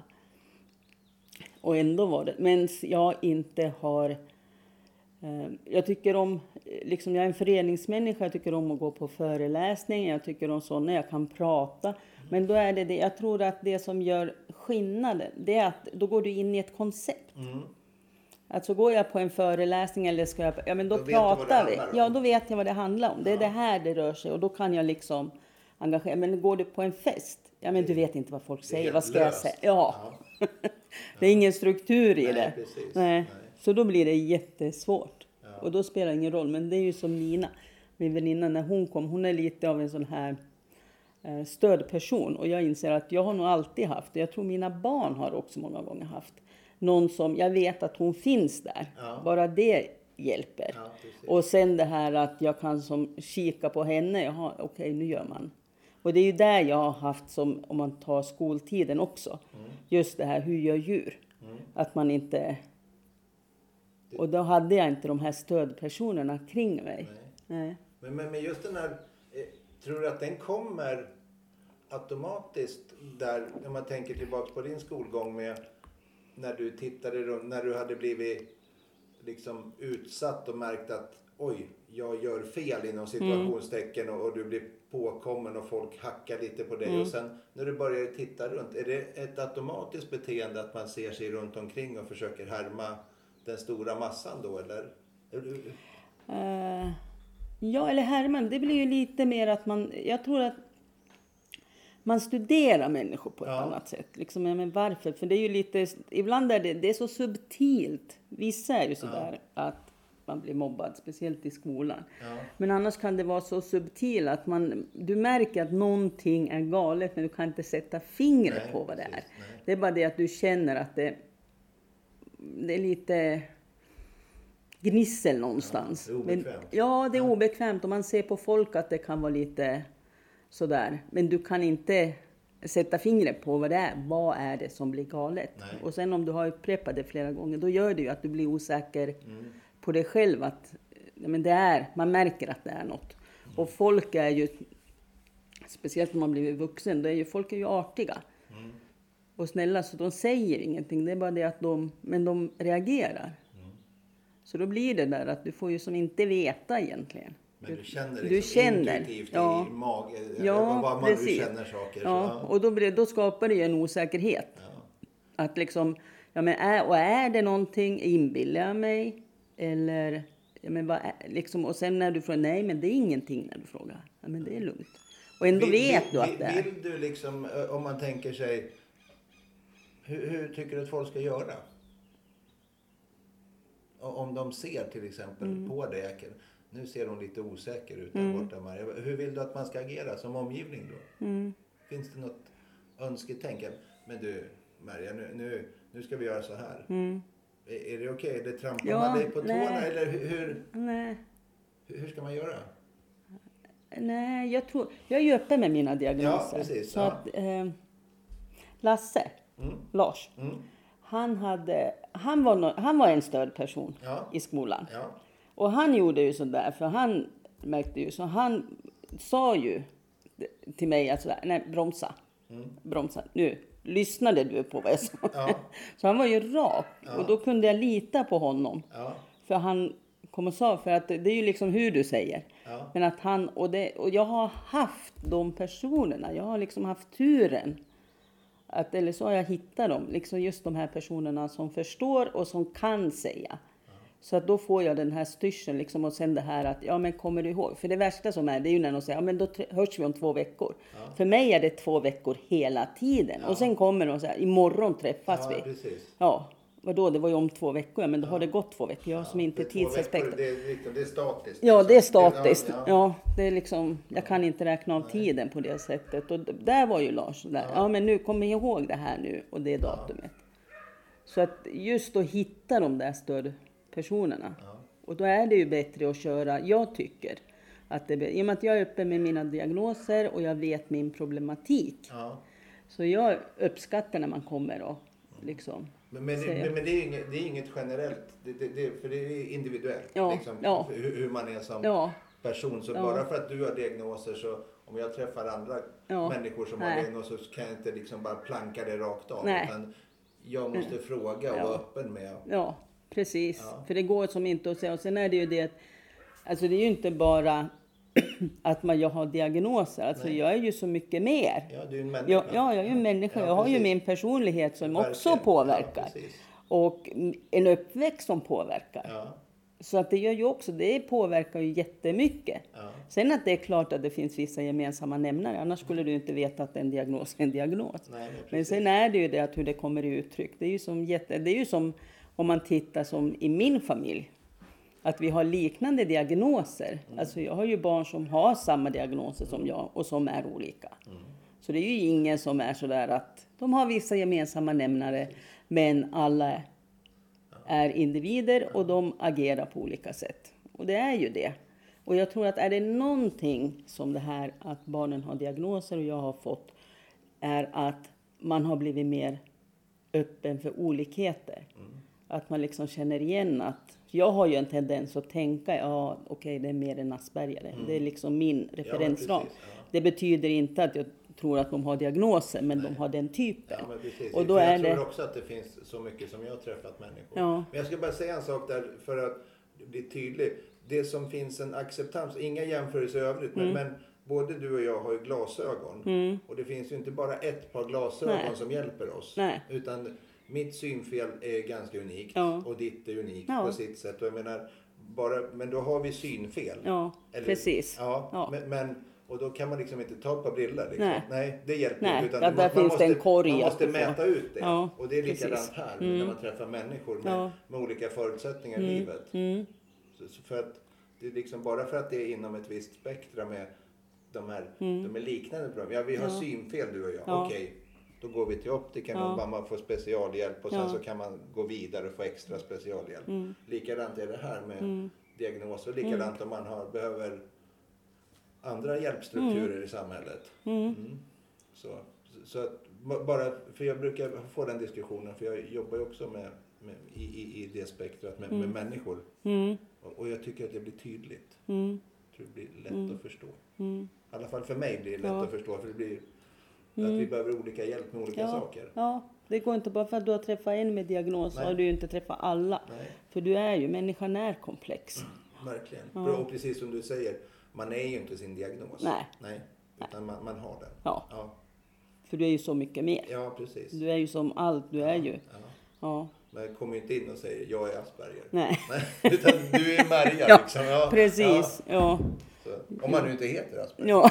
Och ändå var det... Men jag inte har... Eh, jag tycker om... Liksom jag är en föreningsmänniska. Jag tycker om att gå på föreläsning. Jag tycker om sådana. Jag kan prata. Mm. Men då är det det... Jag tror att det som gör skillnaden. Det är att då går du in i ett koncept. Mm. Alltså går jag på en föreläsning eller ska jag... Ja men då, då pratar vi. Ja då vet jag vad det handlar om. Det är ja. det här det rör sig. Och då kan jag liksom engagera. Men går du på en fest. Ja men du vet inte vad folk säger. Vad ska löst. jag säga? Ja. ja. Det är ingen struktur i Nej, det. Precis. Nej. Nej. Så då blir det jättesvårt. Ja. Och då spelar det ingen roll. Men det är ju som Nina. Min väninna när hon kom. Hon är lite av en sån här eh, stödperson. Och jag inser att jag har nog alltid haft det. Jag tror mina barn har också många gånger haft. Någon som, jag vet att hon finns där. Ja. Bara det hjälper. Ja, och sen det här att jag kan som kika på henne. Jaha, okej, okay, nu gör man. Och det är ju där jag har haft som, om man tar skoltiden också. Mm. Just det här, hur gör djur? Mm. Att man inte... Och då hade jag inte de här stödpersonerna kring mig. Nej. Nej. Men, men, men just den här, eh, tror du att den kommer automatiskt där, när man tänker tillbaka på din skolgång med, när du tittade runt, när du hade blivit liksom utsatt och märkt att oj, jag gör fel inom situationstecken mm. och, och du blir påkommen och folk hackar lite på dig mm. och sen när du börjar titta runt, är det ett automatiskt beteende att man ser sig runt omkring och försöker härma den stora massan då, eller? Uh, ja, eller härman, det blir ju lite mer att man, jag tror att man studerar människor på ett ja. annat sätt. Liksom, men varför? För det är ju lite, ibland är det, det är så subtilt. Vissa är ju sådär ja. att man blir mobbad, speciellt i skolan. Ja. Men annars kan det vara så subtilt att man, du märker att någonting är galet men du kan inte sätta fingret nej, på vad det är. Nej. Det är bara det att du känner att det, det är lite gnissel någonstans. Ja, det är obekvämt. Men, ja, det är ja. obekvämt och man ser på folk att det kan vara lite sådär. Men du kan inte sätta fingret på vad det är. Vad är det som blir galet? Nej. Och sen om du har upprepat det flera gånger, då gör det ju att du blir osäker mm. på dig själv. Att, ja, men det är, man märker att det är något. Mm. Och folk är ju, speciellt när man blir vuxen, då är ju, folk är ju artiga. Mm. Och snälla, så de säger ingenting. Det är bara det att de, men de reagerar. Mm. Så då blir det där att du får ju som inte veta egentligen. Men du känner liksom du känner, intuitivt ja. i magen, ja, vad man nu känner saker. Ja, så. Och då, blir, då skapar det ju en osäkerhet. Ja. Att liksom, ja men är, och är det någonting, inbillar jag mig? Eller, ja men vad är, liksom, och sen när du frågar, nej men det är ingenting när du frågar. Ja men det är lugnt. Och ändå vill, vet vill, du att det är. Vill du liksom, om man tänker sig, hur, hur tycker du att folk ska göra? Om de ser till exempel mm. på det. Nu ser hon lite osäker ut där mm. borta, Maria. Hur vill du att man ska agera som omgivning då? Mm. Finns det något önsketänk? Men du, Maria, nu, nu, nu ska vi göra så här. Mm. Är, är det okej? Okay? Det trampar ja, man dig på nej. tårna? Eller hur, nej. Hur, hur ska man göra? Nej, jag tror... Jag är ju öppen med mina diagnoser. Ja, precis. Så ja. att... Eh, Lasse, mm. Lars, mm. han hade... Han var, no, han var en störd person ja. i skolan. Ja. Och han gjorde ju sådär, för han märkte ju så. Han sa ju till mig att sådär, nej bromsa. Mm. Bromsa, nu lyssnade du på vad jag sa. Ja. Så han var ju rak. Ja. Och då kunde jag lita på honom. Ja. För han kom och sa, för att det är ju liksom hur du säger. Ja. Men att han, och, det, och jag har haft de personerna. Jag har liksom haft turen. Att, eller så har jag hittat dem. Liksom just de här personerna som förstår och som kan säga. Så att då får jag den här styrseln liksom, och sen det här att, ja men kommer du ihåg? För det värsta som är, det är ju när de säger, ja men då t- hörs vi om två veckor. Ja. För mig är det två veckor hela tiden. Ja. Och sen kommer de och säger, imorgon träffas ja, vi. Precis. Ja, vadå? Det var ju om två veckor, men då ja. har det gått två veckor. Jag ja, som inte tidsaspekter. Det är, liksom, det är statiskt. Ja, det är statiskt. Ja, ja. ja det är liksom, jag kan inte räkna av Nej. tiden på det sättet. Och där var ju Lars där. Ja, ja men nu kommer jag ihåg det här nu och det datumet. Ja. Så att just att hitta de där större personerna. Ja. Och då är det ju bättre att köra, jag tycker. Att det, i och med att jag är uppe med mina diagnoser och jag vet min problematik. Ja. Så jag uppskattar när man kommer och liksom... Men, men, men, men det, är inget, det är inget generellt, det, det, det, för det är individuellt. Ja. Liksom, Ja. Hur, hur man är som ja. person. Så ja. bara för att du har diagnoser så... Om jag träffar andra ja. människor som Nej. har diagnoser så kan jag inte liksom bara planka det rakt av. Nej. Utan jag måste mm. fråga och ja. vara öppen med... Ja. Precis, ja. för det går som inte att säga. Och sen är det ju det att, alltså det är ju inte bara att man, jag har diagnoser. Alltså Nej. jag är ju så mycket mer. Ja, du är en människa. Jag, ja, jag är ju en människa. Ja, jag har ju min personlighet som Verkligen. också påverkar. Ja, och en uppväxt som påverkar. Ja. Så att det gör ju också, det påverkar ju jättemycket. Ja. Sen att det är klart att det finns vissa gemensamma nämnare. Annars skulle du inte veta att en diagnos är en diagnos. Nej, men sen är det ju det att hur det kommer i uttryck. Det är ju som, jätte, det är ju som om man tittar som i min familj. Att vi har liknande diagnoser. Mm. Alltså jag har ju barn som har samma diagnoser som jag och som är olika. Mm. Så det är ju ingen som är sådär att de har vissa gemensamma nämnare men alla är individer och de agerar på olika sätt. Och det är ju det. Och jag tror att är det någonting som det här att barnen har diagnoser och jag har fått, är att man har blivit mer öppen för olikheter. Mm. Att man liksom känner igen att, jag har ju en tendens att tänka, ja okej okay, det är mer en Asperger. Mm. Det är liksom min referensram. Ja, ja. Det betyder inte att jag tror att de har diagnoser, men Nej. de har den typen. Ja, men precis. Och då för jag är tror det... också att det finns så mycket som jag har träffat människor. Ja. Men jag ska bara säga en sak där för att bli tydlig. Det som finns en acceptans, inga jämförelser i övrigt, mm. men, men både du och jag har ju glasögon. Mm. Och det finns ju inte bara ett par glasögon Nej. som hjälper oss. Nej. Utan mitt synfel är ganska unikt ja. och ditt är unikt ja. på sitt sätt. Och jag menar, bara, men då har vi synfel. Ja, Eller, precis. Ja, ja. Men, men, och då kan man liksom inte ta på briller. Liksom. Nej. Nej, det hjälper Nej, inte. Utan ja, man, där man, finns måste, en korg man måste att mäta ut det. Ja, och det är likadant precis. här mm. när man träffar människor med, ja. med olika förutsättningar mm. i livet. Mm. Så, så för att det är liksom bara för att det är inom ett visst spektra med de här mm. de är liknande problem. Ja, vi har ja. synfel du och jag. Ja. Okej. Då går vi till optiken ja. och man får specialhjälp och sen ja. så kan man gå vidare och få extra specialhjälp. Mm. Likadant är det här med mm. diagnoser. Likadant mm. om man har, behöver andra hjälpstrukturer mm. i samhället. Mm. Mm. Så, så att, bara, för jag brukar få den diskussionen för jag jobbar ju också med, med i, i, i det spektrat med, mm. med människor. Mm. Och, och jag tycker att det blir tydligt. Mm. Jag tror det blir lätt mm. att förstå. Mm. I alla fall för mig blir det lätt ja. att förstå för det blir Mm. Att vi behöver olika hjälp med olika ja, saker. Ja, det går inte bara för att du har träffat en med diagnos så har du ju inte träffat alla. Nej. För du är ju, människan är komplex. Mm, verkligen. Ja. Och precis som du säger, man är ju inte sin diagnos. Nej. Nej. Utan man, man har den. Ja. ja. För du är ju så mycket mer. Ja, precis. Du är ju som allt, du ja. är ju. Ja. Ja. Men jag kommer inte in och säger, jag är Asperger. Nej. Nej. Utan du är Maria ja, liksom. Ja, precis. Ja. ja. Så, om man nu inte heter Asperger. Ja.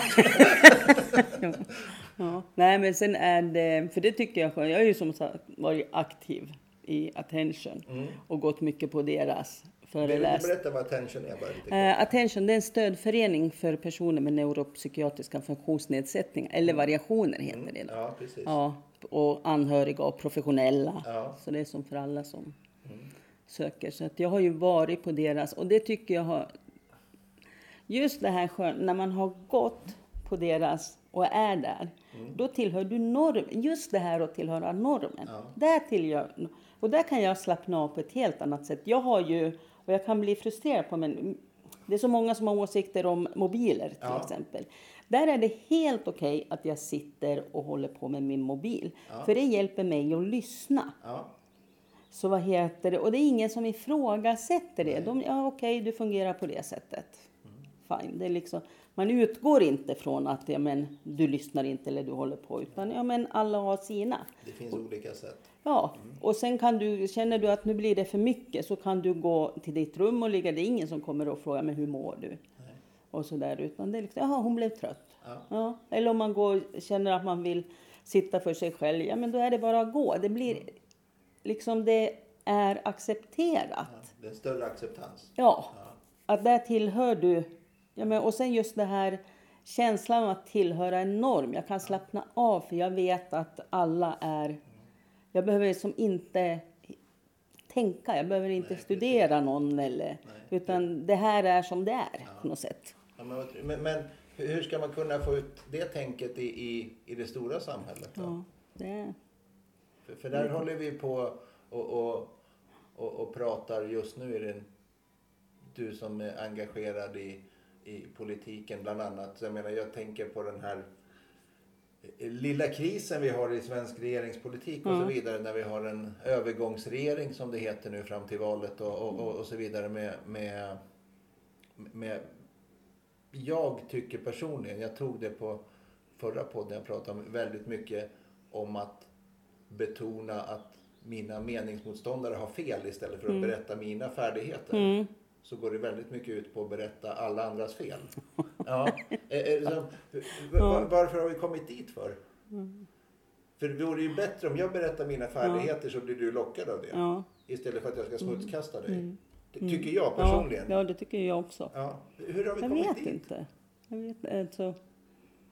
ja. Ja. Nej, men sen är det, för det tycker jag själv, jag har ju som sagt varit aktiv i Attention mm. och gått mycket på deras föreläsningar. Berätta vad Attention är bara lite uh, Attention, det är en stödförening för personer med neuropsykiatriska funktionsnedsättningar, eller variationer heter mm. det. Då. Ja, precis. Ja, och anhöriga och professionella, ja. så det är som för alla som mm. söker. Så att jag har ju varit på deras, och det tycker jag har, just det här skön, när man har gått på deras och är där, mm. då tillhör du normen. Just det här att tillhöra normen. Ja. Där tillhör, och där kan jag slappna av på ett helt annat sätt. Jag har ju, och jag kan bli frustrerad på, men det är så många som har åsikter om mobiler till ja. exempel. Där är det helt okej okay att jag sitter och håller på med min mobil. Ja. För det hjälper mig att lyssna. Ja. Så vad heter det? Och det är ingen som ifrågasätter det. De, ja okej, okay, du fungerar på det sättet. Mm. Fine, det är liksom... Man utgår inte från att ja, men, du lyssnar inte eller du håller på. Utan ja, men alla har sina. Det finns och, olika sätt. Ja, mm. och sen kan du, känner du att nu blir det för mycket så kan du gå till ditt rum och ligga. Det är ingen som kommer och frågar, men hur mår du? Nej. Och sådär, utan det är liksom, jaha hon blev trött. Ja. Ja. Eller om man går, känner att man vill sitta för sig själv, ja men då är det bara att gå. Det blir mm. liksom, det är accepterat. Ja, det är en större acceptans. Ja, ja. Att där tillhör du. Ja, men, och sen just det här känslan av att tillhöra en norm. Jag kan slappna av för jag vet att alla är... Jag behöver liksom inte tänka. Jag behöver inte Nej, studera precis. någon. Eller, Nej, utan det här är som det är ja. på något sätt. Ja, men, men hur ska man kunna få ut det tänket i, i, i det stora samhället då? Ja, det... För, för där mm. håller vi på och, och, och, och pratar just nu. Är det du som är engagerad i... i politiken bland annat. Jag menar, jag tänker på den här lilla krisen vi har i svensk regeringspolitik och mm. så vidare, när vi har en övergångsregering som det heter nu fram till valet och, och, och, och så vidare med, med, med jag tycker personligen, jag tog det på förra podden, jag pratade väldigt mycket om att betona att mina meningsmotståndare har fel istället för att mm. berätta mina färdigheter. Mm. Så går det väldigt mycket ut på att berätta alla andras fel. Ja. Så, var, varför har vi kommit dit för? Mm. För det vore ju bättre om jag berättar mina färdigheter ja. så blir du lockad av det. Ja. Istället för att jag ska smutskasta dig. Mm. Det tycker jag personligen. Ja, ja, det tycker jag också. Ja. Hur har vi jag kommit vet dit? Inte. Jag vet inte. Alltså,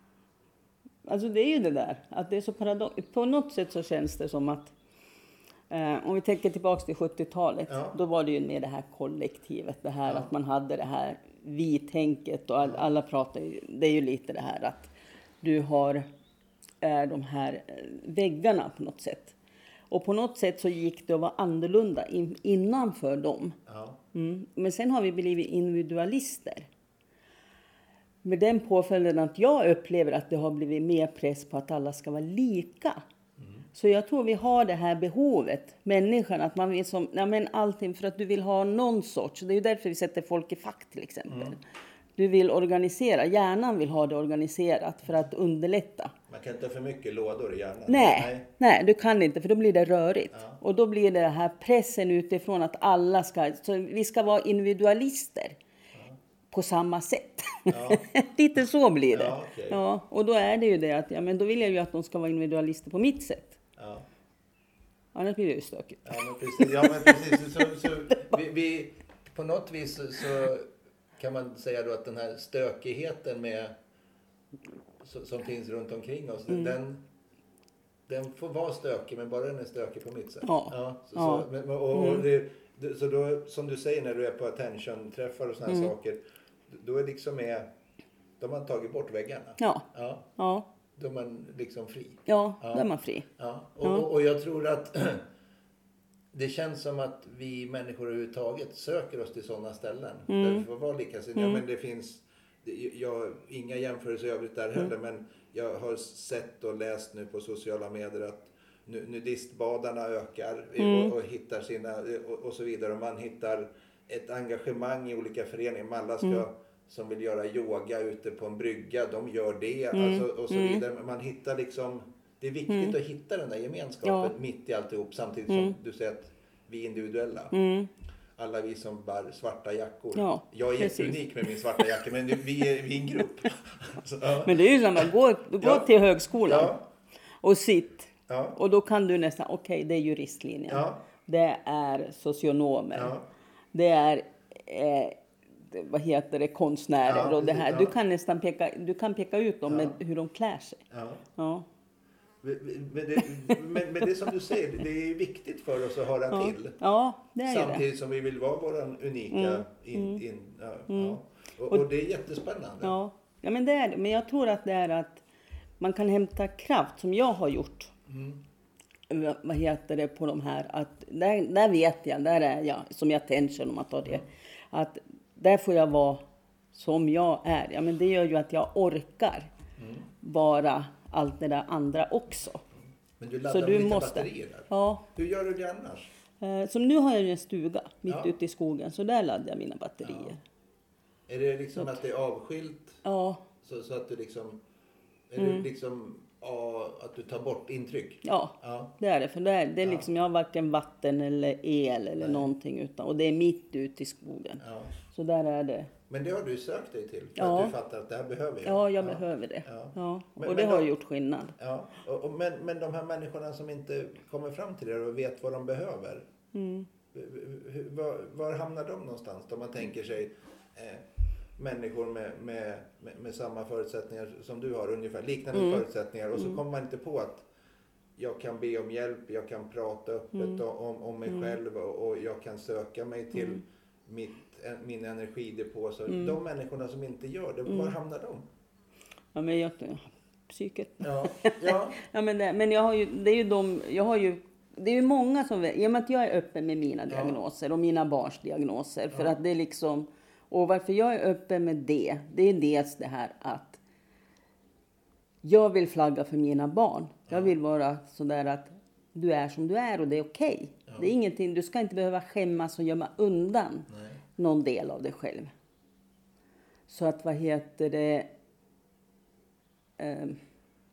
alltså det är ju det där. Att det är så paradox. På något sätt så känns det som att Eh, om vi tänker tillbaka till sjuttiotalet, Ja. då var det ju med det här kollektivet, det här Ja. att man hade det här vi-tänket och all, alla pratar ju, det är ju lite det här att du har eh, de här eh, väggarna på något sätt. Och på något sätt så gick det att vara annorlunda in, innanför dem. Ja. Mm. Men sen har vi blivit individualister. Med den påföljden att jag upplever att det har blivit mer press på att alla ska vara lika. Mm. Så jag tror vi har det här behovet, människan, att man vill som, ja men allting för att du vill ha någon sorts. Det är ju därför vi sätter folk i fack till exempel. Mm. Du vill organisera, hjärnan vill ha det organiserat för att underlätta. Man kan inte ha för mycket lådor i hjärnan. Nej, nej. nej du kan inte för då blir det rörigt. Ja. Och då blir det här pressen utifrån att alla ska, så vi ska vara individualister. På samma sätt. Ja. Lite så blir det. Ja, okay. Ja, och då är det ju det att ja, men då vill jag ju att de ska vara individualister på mitt sätt. Ja. Annars blir det ju stökigt. Ja, men precis. Ja, men precis. Så, så, vi, vi, på något vis så, så kan man säga då att den här stökigheten med, så, som finns runt omkring oss, mm. den, den får vara stökig, men bara den är stökig på mitt sätt. Ja. Ja, så, ja. Så, och, och, och det, så då, som du säger när du är på attention-träffar och såna här mm. saker, då är liksom med, då har man tagit bort väggarna. Ja. Ja. Ja. Då är man liksom fri. Ja, ja. Då är man fri. Ja. Och, ja. och, och jag tror att det känns som att vi människor överhuvudtaget söker oss till sådana ställen. Mm. Där vi får vara likasinnade. Mm. Ja, men det finns, jag, inga jämförelser i övrigt där heller, mm. men jag har sett och läst nu på sociala medier att nudistbadarna ökar mm. och, och hittar sina och, och så vidare. Och man hittar ett engagemang i olika föreningar. Alla ska, mm. som vill göra yoga ute på en brygga, de gör det. Mm. Alltså, och så mm. vidare. Man hittar liksom, det är viktigt mm. att hitta den där gemenskapen ja. mitt i alltihop. Samtidigt mm. som du säger att vi är individuella. Mm. Alla vi som bär svarta jackor. Ja, jag är jätteunik med min svarta jacka, men vi är, vi är en grupp. Så, ja. Men det är ju som att gå, gå ja. till högskolan ja. och sitt. Ja. Och då kan du nästan, okej okay, det är juristlinjen. Ja. Det är socionomer. Ja. Det är, eh, vad heter det, konstnärer ja, och det här. Ja. Du kan nästan peka, du kan peka ut dem ja. med hur de klär sig. Ja. Ja. Men, det, men, men det som du säger, det är viktigt för oss att höra ja. till. Ja, det är Samtidigt det. som vi vill vara våran unika. Mm. In, in, ja, mm. ja. Och, och det är jättespännande. Ja. ja, men det är det. Men jag tror att det är att man kan hämta kraft som jag har gjort. Mm. Vad heter det på de här, att där, där vet jag, där är jag, som jag tänker om att ta det, att där får jag vara som jag är. Ja, men det gör ju att jag orkar mm. vara allt det där andra också. Men du laddar lite måste, batterier där. Ja. Hur gör du det annars? Eh, som nu har jag ju en stuga mitt ja. ute i skogen, så där laddar jag mina batterier. Ja. Är det liksom så att det är avskilt? Ja. Så, så att du liksom, är mm. det liksom att du tar bort intryck? Ja, ja. det är det. För det är, det är liksom, ja. jag har varken vatten eller el eller Nej. någonting utan, och det är mitt ute i skogen. Ja. Så där är det. Men det har du sökt dig till? För ja. att du fattar att det här behöver jag? Ja, jag ja. behöver det. Ja. Ja. Men, och det men har de, gjort skillnad. Ja. Och, och, men, men de här människorna som inte kommer fram till det och vet vad de behöver. Mm. Var, var hamnar de någonstans? Om man tänker sig eh, människor med, med, med, med samma förutsättningar som du har, ungefär liknande mm. förutsättningar, och så mm. kommer man inte på att jag kan be om hjälp, jag kan prata öppet mm. om, om mig mm. själv och, och jag kan söka mig till mm. mitt, min energidepå. Så mm. de människorna som inte gör det, mm. var hamnar de? Ja, men jag, psyket. Ja. Ja. ja, men, det, men jag har ju, det är ju de, jag har ju det är ju många som, i och med att jag är öppen med mina diagnoser och mina barns diagnoser, för ja. att det är liksom, och varför jag är öppen med det, det är dels det här att jag vill flagga för mina barn. Ja. Jag vill vara sådär att du är som du är och det är okej. Okay. Ja. Det är ingenting, du ska inte behöva skämmas och gömma undan Nej. någon del av dig själv. Så att, vad heter det, um,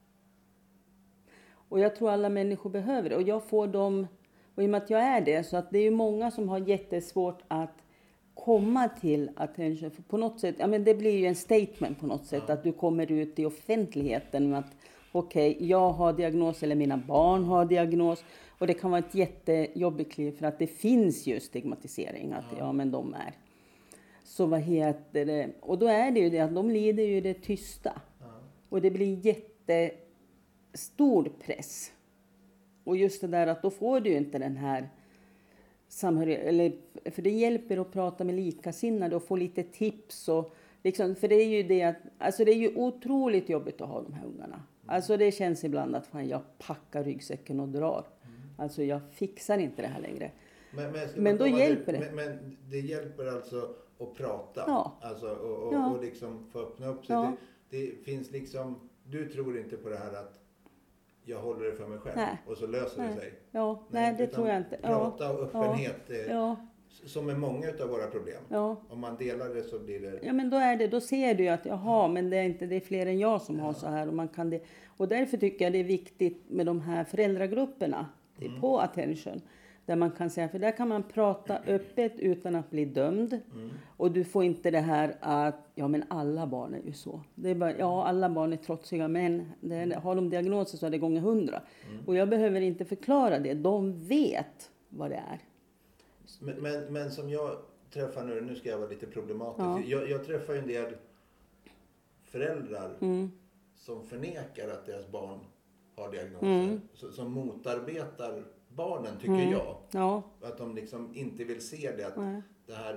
och jag tror alla människor behöver det. Och jag får dem, och i och med att jag är det, så att det är ju många som har jättesvårt att komma till attention. För på något sätt, ja men det blir ju en statement på något sätt. Ja. Att du kommer ut i offentligheten med att okej, okay, jag har diagnos eller mina barn har diagnos. Och det kan vara ett jättejobbigt kliv för att det finns ju stigmatisering. Att ja, ja men de är. Så vad heter det? Och då är det ju det att de lider ju det tysta. Ja. Och det blir jätte... stor press Och just det där att då får du ju inte den här samhörighet, eller för det hjälper att prata med likasinnade och få lite tips och liksom, för det är ju det att, alltså det är ju otroligt jobbigt att ha de här ungarna. Mm. Alltså det känns ibland att fan, jag packar ryggsäcken och drar. Mm. Alltså jag fixar inte det här längre. Men, men, men då hjälper det. det. Men, men det hjälper alltså att prata. Ja. Alltså och, och, ja. och liksom få öppna upp sig. Ja. Det, det finns liksom, du tror inte på det här att jag håller det för mig själv nej. Och så löser nej. det sig. Ja, nej, nej det tror jag inte. Prata ja. och öppenhet. Ja. Ja. Som är många av våra problem. Ja. Om man delar det så blir det... Ja men då är det, då ser du ju att jaha, men det är inte, det är fler än jag som ja. Har så här och man kan det. Och därför tycker jag det är viktigt med de här föräldragrupperna mm. på Attention. Där man kan säga, för där kan man prata öppet utan att bli dömd. Mm. Och du får inte det här att, ja men alla barn är ju så. Det är bara, ja alla barn är trotsiga men det är, har de diagnoser så är det gånger hundra. Mm. Och jag behöver inte förklara det, de vet vad det är. Men, men, men som jag träffar nu, nu ska jag vara lite problematisk. Ja. Jag, jag träffar ju en del föräldrar mm. som förnekar att deras barn har diagnoser. Mm. Som motarbetar barnen tycker mm. jag. Ja. Att de liksom inte vill se det. Att mm. det här,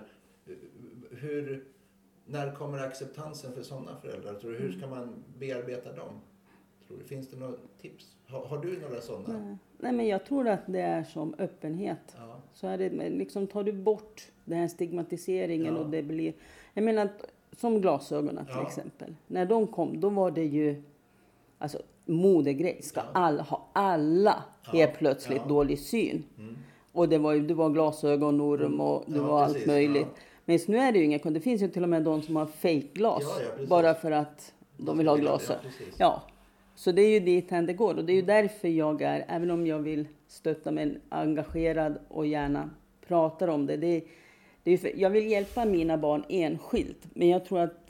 hur, när kommer acceptansen för sådana föräldrar? Tror du, hur ska man bearbeta dem? Tror du, finns det några tips? Har, har du några sådana? Nej. Nej men jag tror att det är som öppenhet. Ja. Så är det liksom, tar du bort den här stigmatiseringen ja. Och det blir, jag menar som glasögonen till ja. Exempel. När de kom då var det ju alltså modegrej. Ska ja. Alla ha alla ja. Helt plötsligt ja. Dålig syn. Mm. Och det var ju det var glasögonorm och det ja, var precis, allt möjligt. Ja. Men nu är det ju inga, det finns ju till och med de som har fake-glas ja, ja, bara för att de vill ha glasögon. Ja, ja. Så det är ju dit det går och det är ju därför jag är, även om jag vill stötta mig engagerad och gärna pratar om det. det, är, det är för, jag vill hjälpa mina barn enskilt, men jag tror att,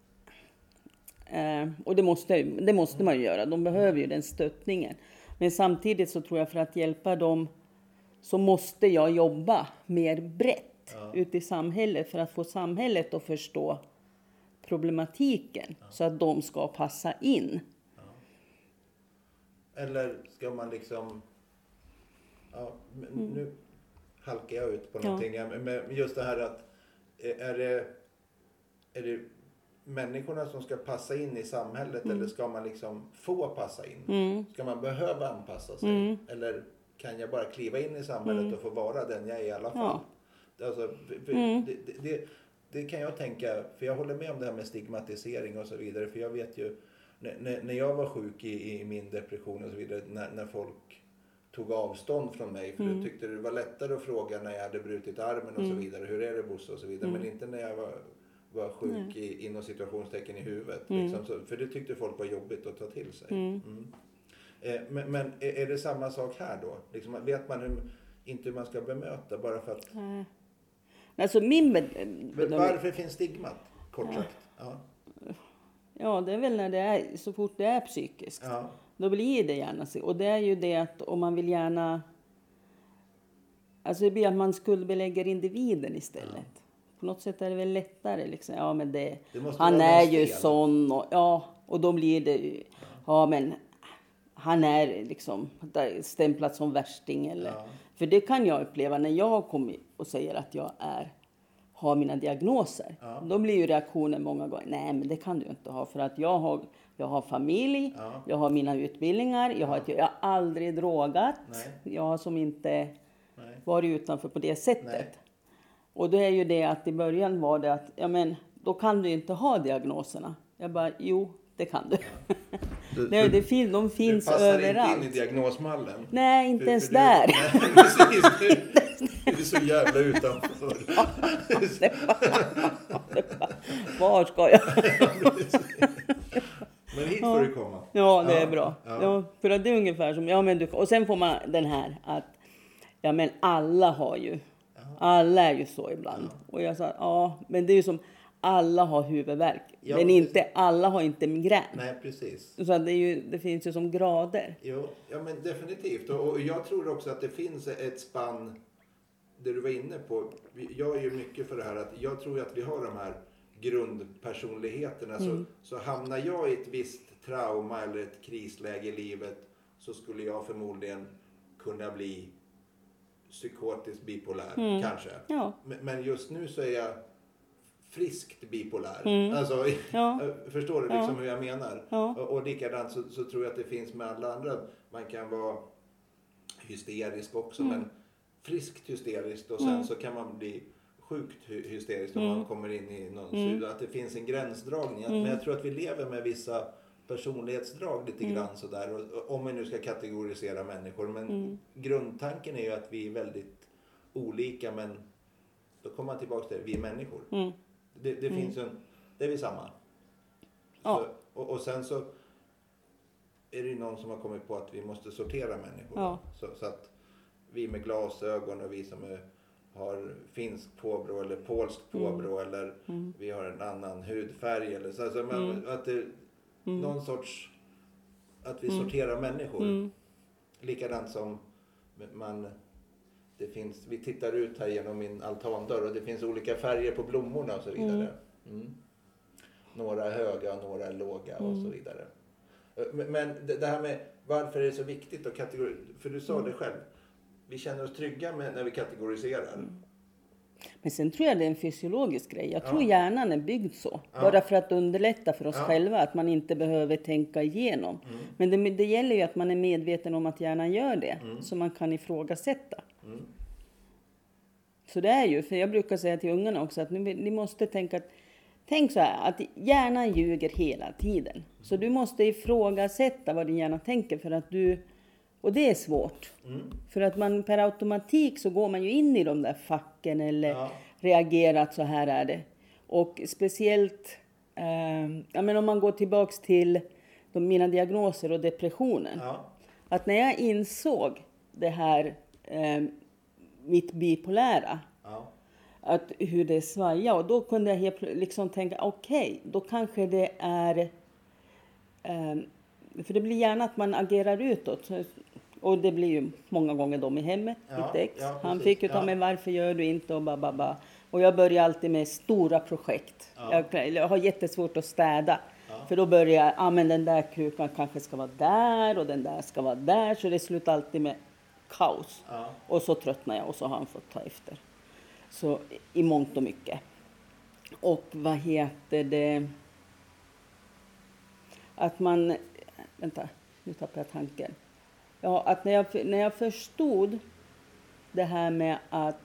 eh, och det måste, det måste man ju göra, de behöver ju den stöttningen. Men samtidigt så tror jag för att hjälpa dem så måste jag jobba mer brett ja. Ute i samhället för att få samhället att förstå problematiken ja. Så att de ska passa in. Eller ska man liksom, ja, nu mm. halkar jag ut på någonting. Ja. Men just det här att, är det, är det människorna som ska passa in i samhället mm. eller ska man liksom få passa in? Mm. Ska man behöva anpassa sig? Mm. Eller kan jag bara kliva in i samhället mm. och få vara den jag är i alla fall? Ja. Alltså, för, för mm. det, det, det, det kan jag tänka, för jag håller med om det här med stigmatisering och så vidare. För jag vet ju, När, när jag var sjuk i, i min depression och så vidare, när, när folk tog avstånd från mig, för mm. jag tyckte det var lättare att fråga när jag hade brutit armen och mm. så vidare, hur är det Bosse och så vidare, mm. men inte när jag var, var sjuk mm. i, inom situationstecken i huvudet, mm. liksom, så, för det tyckte folk var jobbigt att ta till sig. Mm. Mm. Eh, men men är, är det samma sak här då? Liksom, vet man hur, inte hur man ska bemöta bara för att... Mm. Alltså min bed- Varför finns stigmat, kort ja. sagt? Ja. Ja, det är väl när det är, så fort det är psykiskt. Ja. Då blir det gärna så. Och det är ju det att om man vill gärna... Alltså det blir att man skuldbelägger individen istället. Ja. På något sätt är det väl lättare liksom. Ja, men det... det han är ju sån och... Ja, och då blir det ju... Ja, ja men... Han är liksom stämplad som värsting eller... Ja. För det kan jag uppleva när jag kommer och säger att jag är... har mina diagnoser. Ja. Då blir ju reaktionen många gånger, nej men det kan du inte ha. För att jag har, jag har familj, ja. Jag har mina utbildningar, jag har, ett, jag har aldrig drogat. Nej. Jag har som inte nej. Varit utanför på det sättet. Nej. Och det är ju det att i början var det att, ja men då kan du inte ha diagnoserna. Jag bara, jo det kan du. Ja. Du, det, det fin, de finns överallt. Du passar överallt. inte in i diagnosmallen. Nej, inte för, ens för där. Du, nej, precis. Du, du är så jävla utanför. Ja, det bara, det bara, var ska jag? Men hit får du komma. Ja, det är bra. Ja. Ja, för att det är ungefär som, ja men du, och sen får man den här att, ja men alla har ju, ja. Alla är ju så ibland. Ja. Och jag sa, ja men det är ju som, alla har huvudvärk. Ja, men inte, alla har inte migrän. Nej, precis. Så det, är ju, det finns ju som grader. Jo, ja men definitivt. Och, och jag tror också att det finns ett spann, det du var inne på. Jag är ju mycket för det här att jag tror att vi har de här grundpersonligheterna. Mm. Så, så hamnar jag i ett visst trauma eller ett krisläge i livet så skulle jag förmodligen kunna bli psykotiskt bipolär Mm. kanske. Ja. Men, men just nu så är jag friskt bipolär. Mm. Alltså, Ja. förstår du liksom Ja. hur jag menar? Ja. Och, och likadant så, så tror jag att det finns med alla andra. Man kan vara hysterisk också, Mm. men friskt hysteriskt och sen Mm. så kan man bli sjukt hy- hysterisk om Mm. man kommer in i någon Mm. sud. Att det finns en gränsdragning. Mm. Men jag tror att vi lever med vissa personlighetsdrag lite Mm. grann sådär. Och, och, om vi nu ska kategorisera människor. Men Mm. grundtanken är ju att vi är väldigt olika, men då kommer man tillbaka till det. Vi är människor. Mm. Det, det Mm. finns en, det är vi samma. Ja. Så, och, och sen så är det ju någon som har kommit på att vi måste sortera människor. Ja. Så, så att vi med glasögon och vi som är, har finsk påbrå eller polsk påbrå Mm. eller Mm. vi har en annan hudfärg eller så. Alltså, men Mm. att det, Mm. någon sorts, att vi Mm. sorterar människor. Mm. Likadant som man, det finns, vi tittar ut här genom min altandörr och det finns olika färger på blommorna och så vidare. Mm. Några är höga och några är låga och Mm. så vidare. Men, men det, det här med varför är det så viktigt att kategorisera, för du sa Mm. det själv. Vi känner oss trygga med när vi kategoriserar. Mm. Men sen tror jag det är en fysiologisk grej. Jag tror Ja. hjärnan är byggd så. Ja. Bara för att underlätta för oss Ja. själva. Att man inte behöver tänka igenom. Mm. Men det, det gäller ju att man är medveten om att hjärnan gör det. Mm. Så man kan ifrågasätta. Mm. Så det är ju, för jag brukar säga till ungarna också att ni, ni måste tänka att, tänk så här, att hjärnan ljuger hela tiden. Så du måste ifrågasätta vad din hjärna tänker för att du, och det är svårt. Mm. För att man per automatik så går man ju in i de där facken eller Ja. reagerar att så här är det. Och speciellt, eh, ja men om man går tillbaks till de, mina diagnoser och depressionen. Ja. Att när jag insåg det här, eh, mitt bipolära, Ja. att hur det svajar. Och då kunde jag helt plö- liksom tänka, okej, okay, då kanske det är, eh, för det blir gärna att man agerar utåt. Och det blir ju många gånger de i hemmet, Ja, mitt ex. ja, Han precis. fick ju ta Ja. mig, varför gör du inte och bababa. Och jag börjar alltid med stora projekt. Ja. Jag, jag har jättesvårt att städa. Ja. För då börjar jag, ah, men den där kukan kanske ska vara där och den där ska vara där. Så det slutar alltid med kaos. Ja. Och så tröttnar jag och så har han fått ta efter. Så i mångt och mycket. Och vad heter det? Att man, vänta, nu tappar jag tanken. Ja, att när jag, när jag förstod det här med att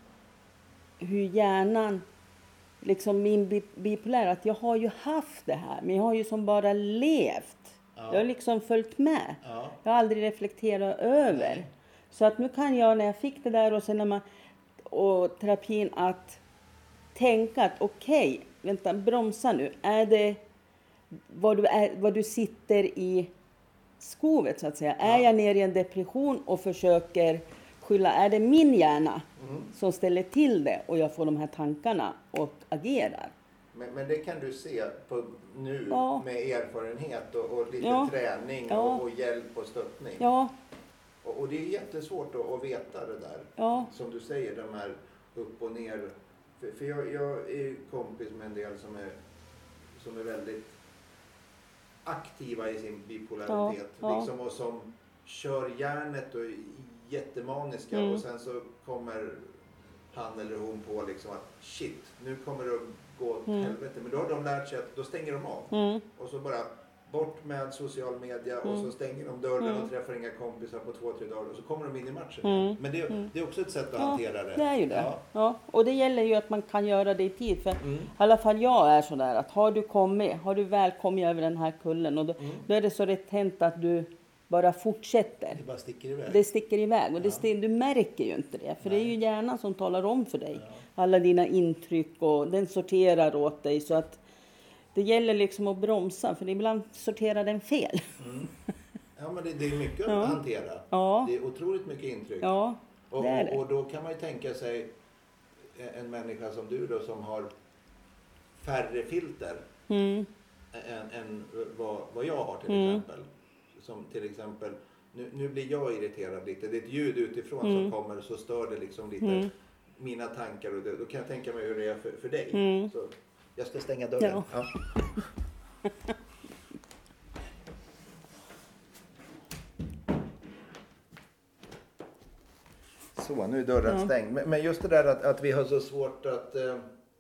hur hjärnan, liksom min bi- bipolär, att jag har ju haft det här, men jag har ju som bara levt. Ja. Jag har liksom följt med. Ja. Jag har aldrig reflekterat över. Nej. Så att nu kan jag, när jag fick det där och sen när man, och terapin, att tänka att okej, okay, vänta, bromsa nu. Är det vad du, är, vad du sitter i skovet så att säga? Ja. Är jag nere i en depression och försöker skylla, är det min hjärna Mm. som ställer till det och jag får de här tankarna och agerar? Men, men det kan du se på nu Ja. med erfarenhet och, och lite Ja. träning Ja. och, och hjälp och stöttning. Ja, Och, och det är jättesvårt att, att veta det där. ja, Som du säger, de här upp och ner. För, för jag, jag är ju kompis med en del som är, som är väldigt aktiva i sin bipolaritet. Ja, ja. Liksom, och som kör järnet och är jättemaniska. Mm. Och sen så kommer han eller hon på liksom att shit, nu kommer det att gå åt Mm. helvete. Men då har de lärt sig att då stänger de av. mm, Och så bara bort med social media och Mm. så stänger de dörren Mm. och träffar inga kompisar på två, tre dagar och så kommer de in i matchen. Mm. Men det, Mm. det är också ett sätt att Ja, hantera det. det är ju det. Ja. Ja, och det gäller ju att man kan göra det i tid. För Mm. i alla fall jag är sådär att har du kommit, har du väl kommit över den här kullen och då, Mm. då är det så rätt hänt att du bara fortsätter. Det bara sticker iväg. Det sticker iväg och det Ja. sti- du märker ju inte det. För det är Nej. ju hjärnan som talar om för dig. Ja. Alla dina intryck och den sorterar åt dig. Så att det gäller liksom att bromsa för ibland sorterar den fel. Mm. Ja, men det, det är mycket Ja. att hantera. Ja, Det är otroligt mycket intryck. ja, och, det är och, det. och då kan man ju tänka sig en människa som du då som har färre filter Mm, än, än vad, vad jag har till Mm. exempel. Som till exempel, nu, nu blir jag irriterad lite. Det är ett ljud utifrån Mm. som kommer så stör det liksom lite Mm. mina tankar. Och det, då kan jag tänka mig hur det är för, för dig. Mm. Så jag ska stänga dörren. Ja. Ja. Så, nu är dörren ja. stängd. Men, men just det där att, att vi har så svårt att... Eh,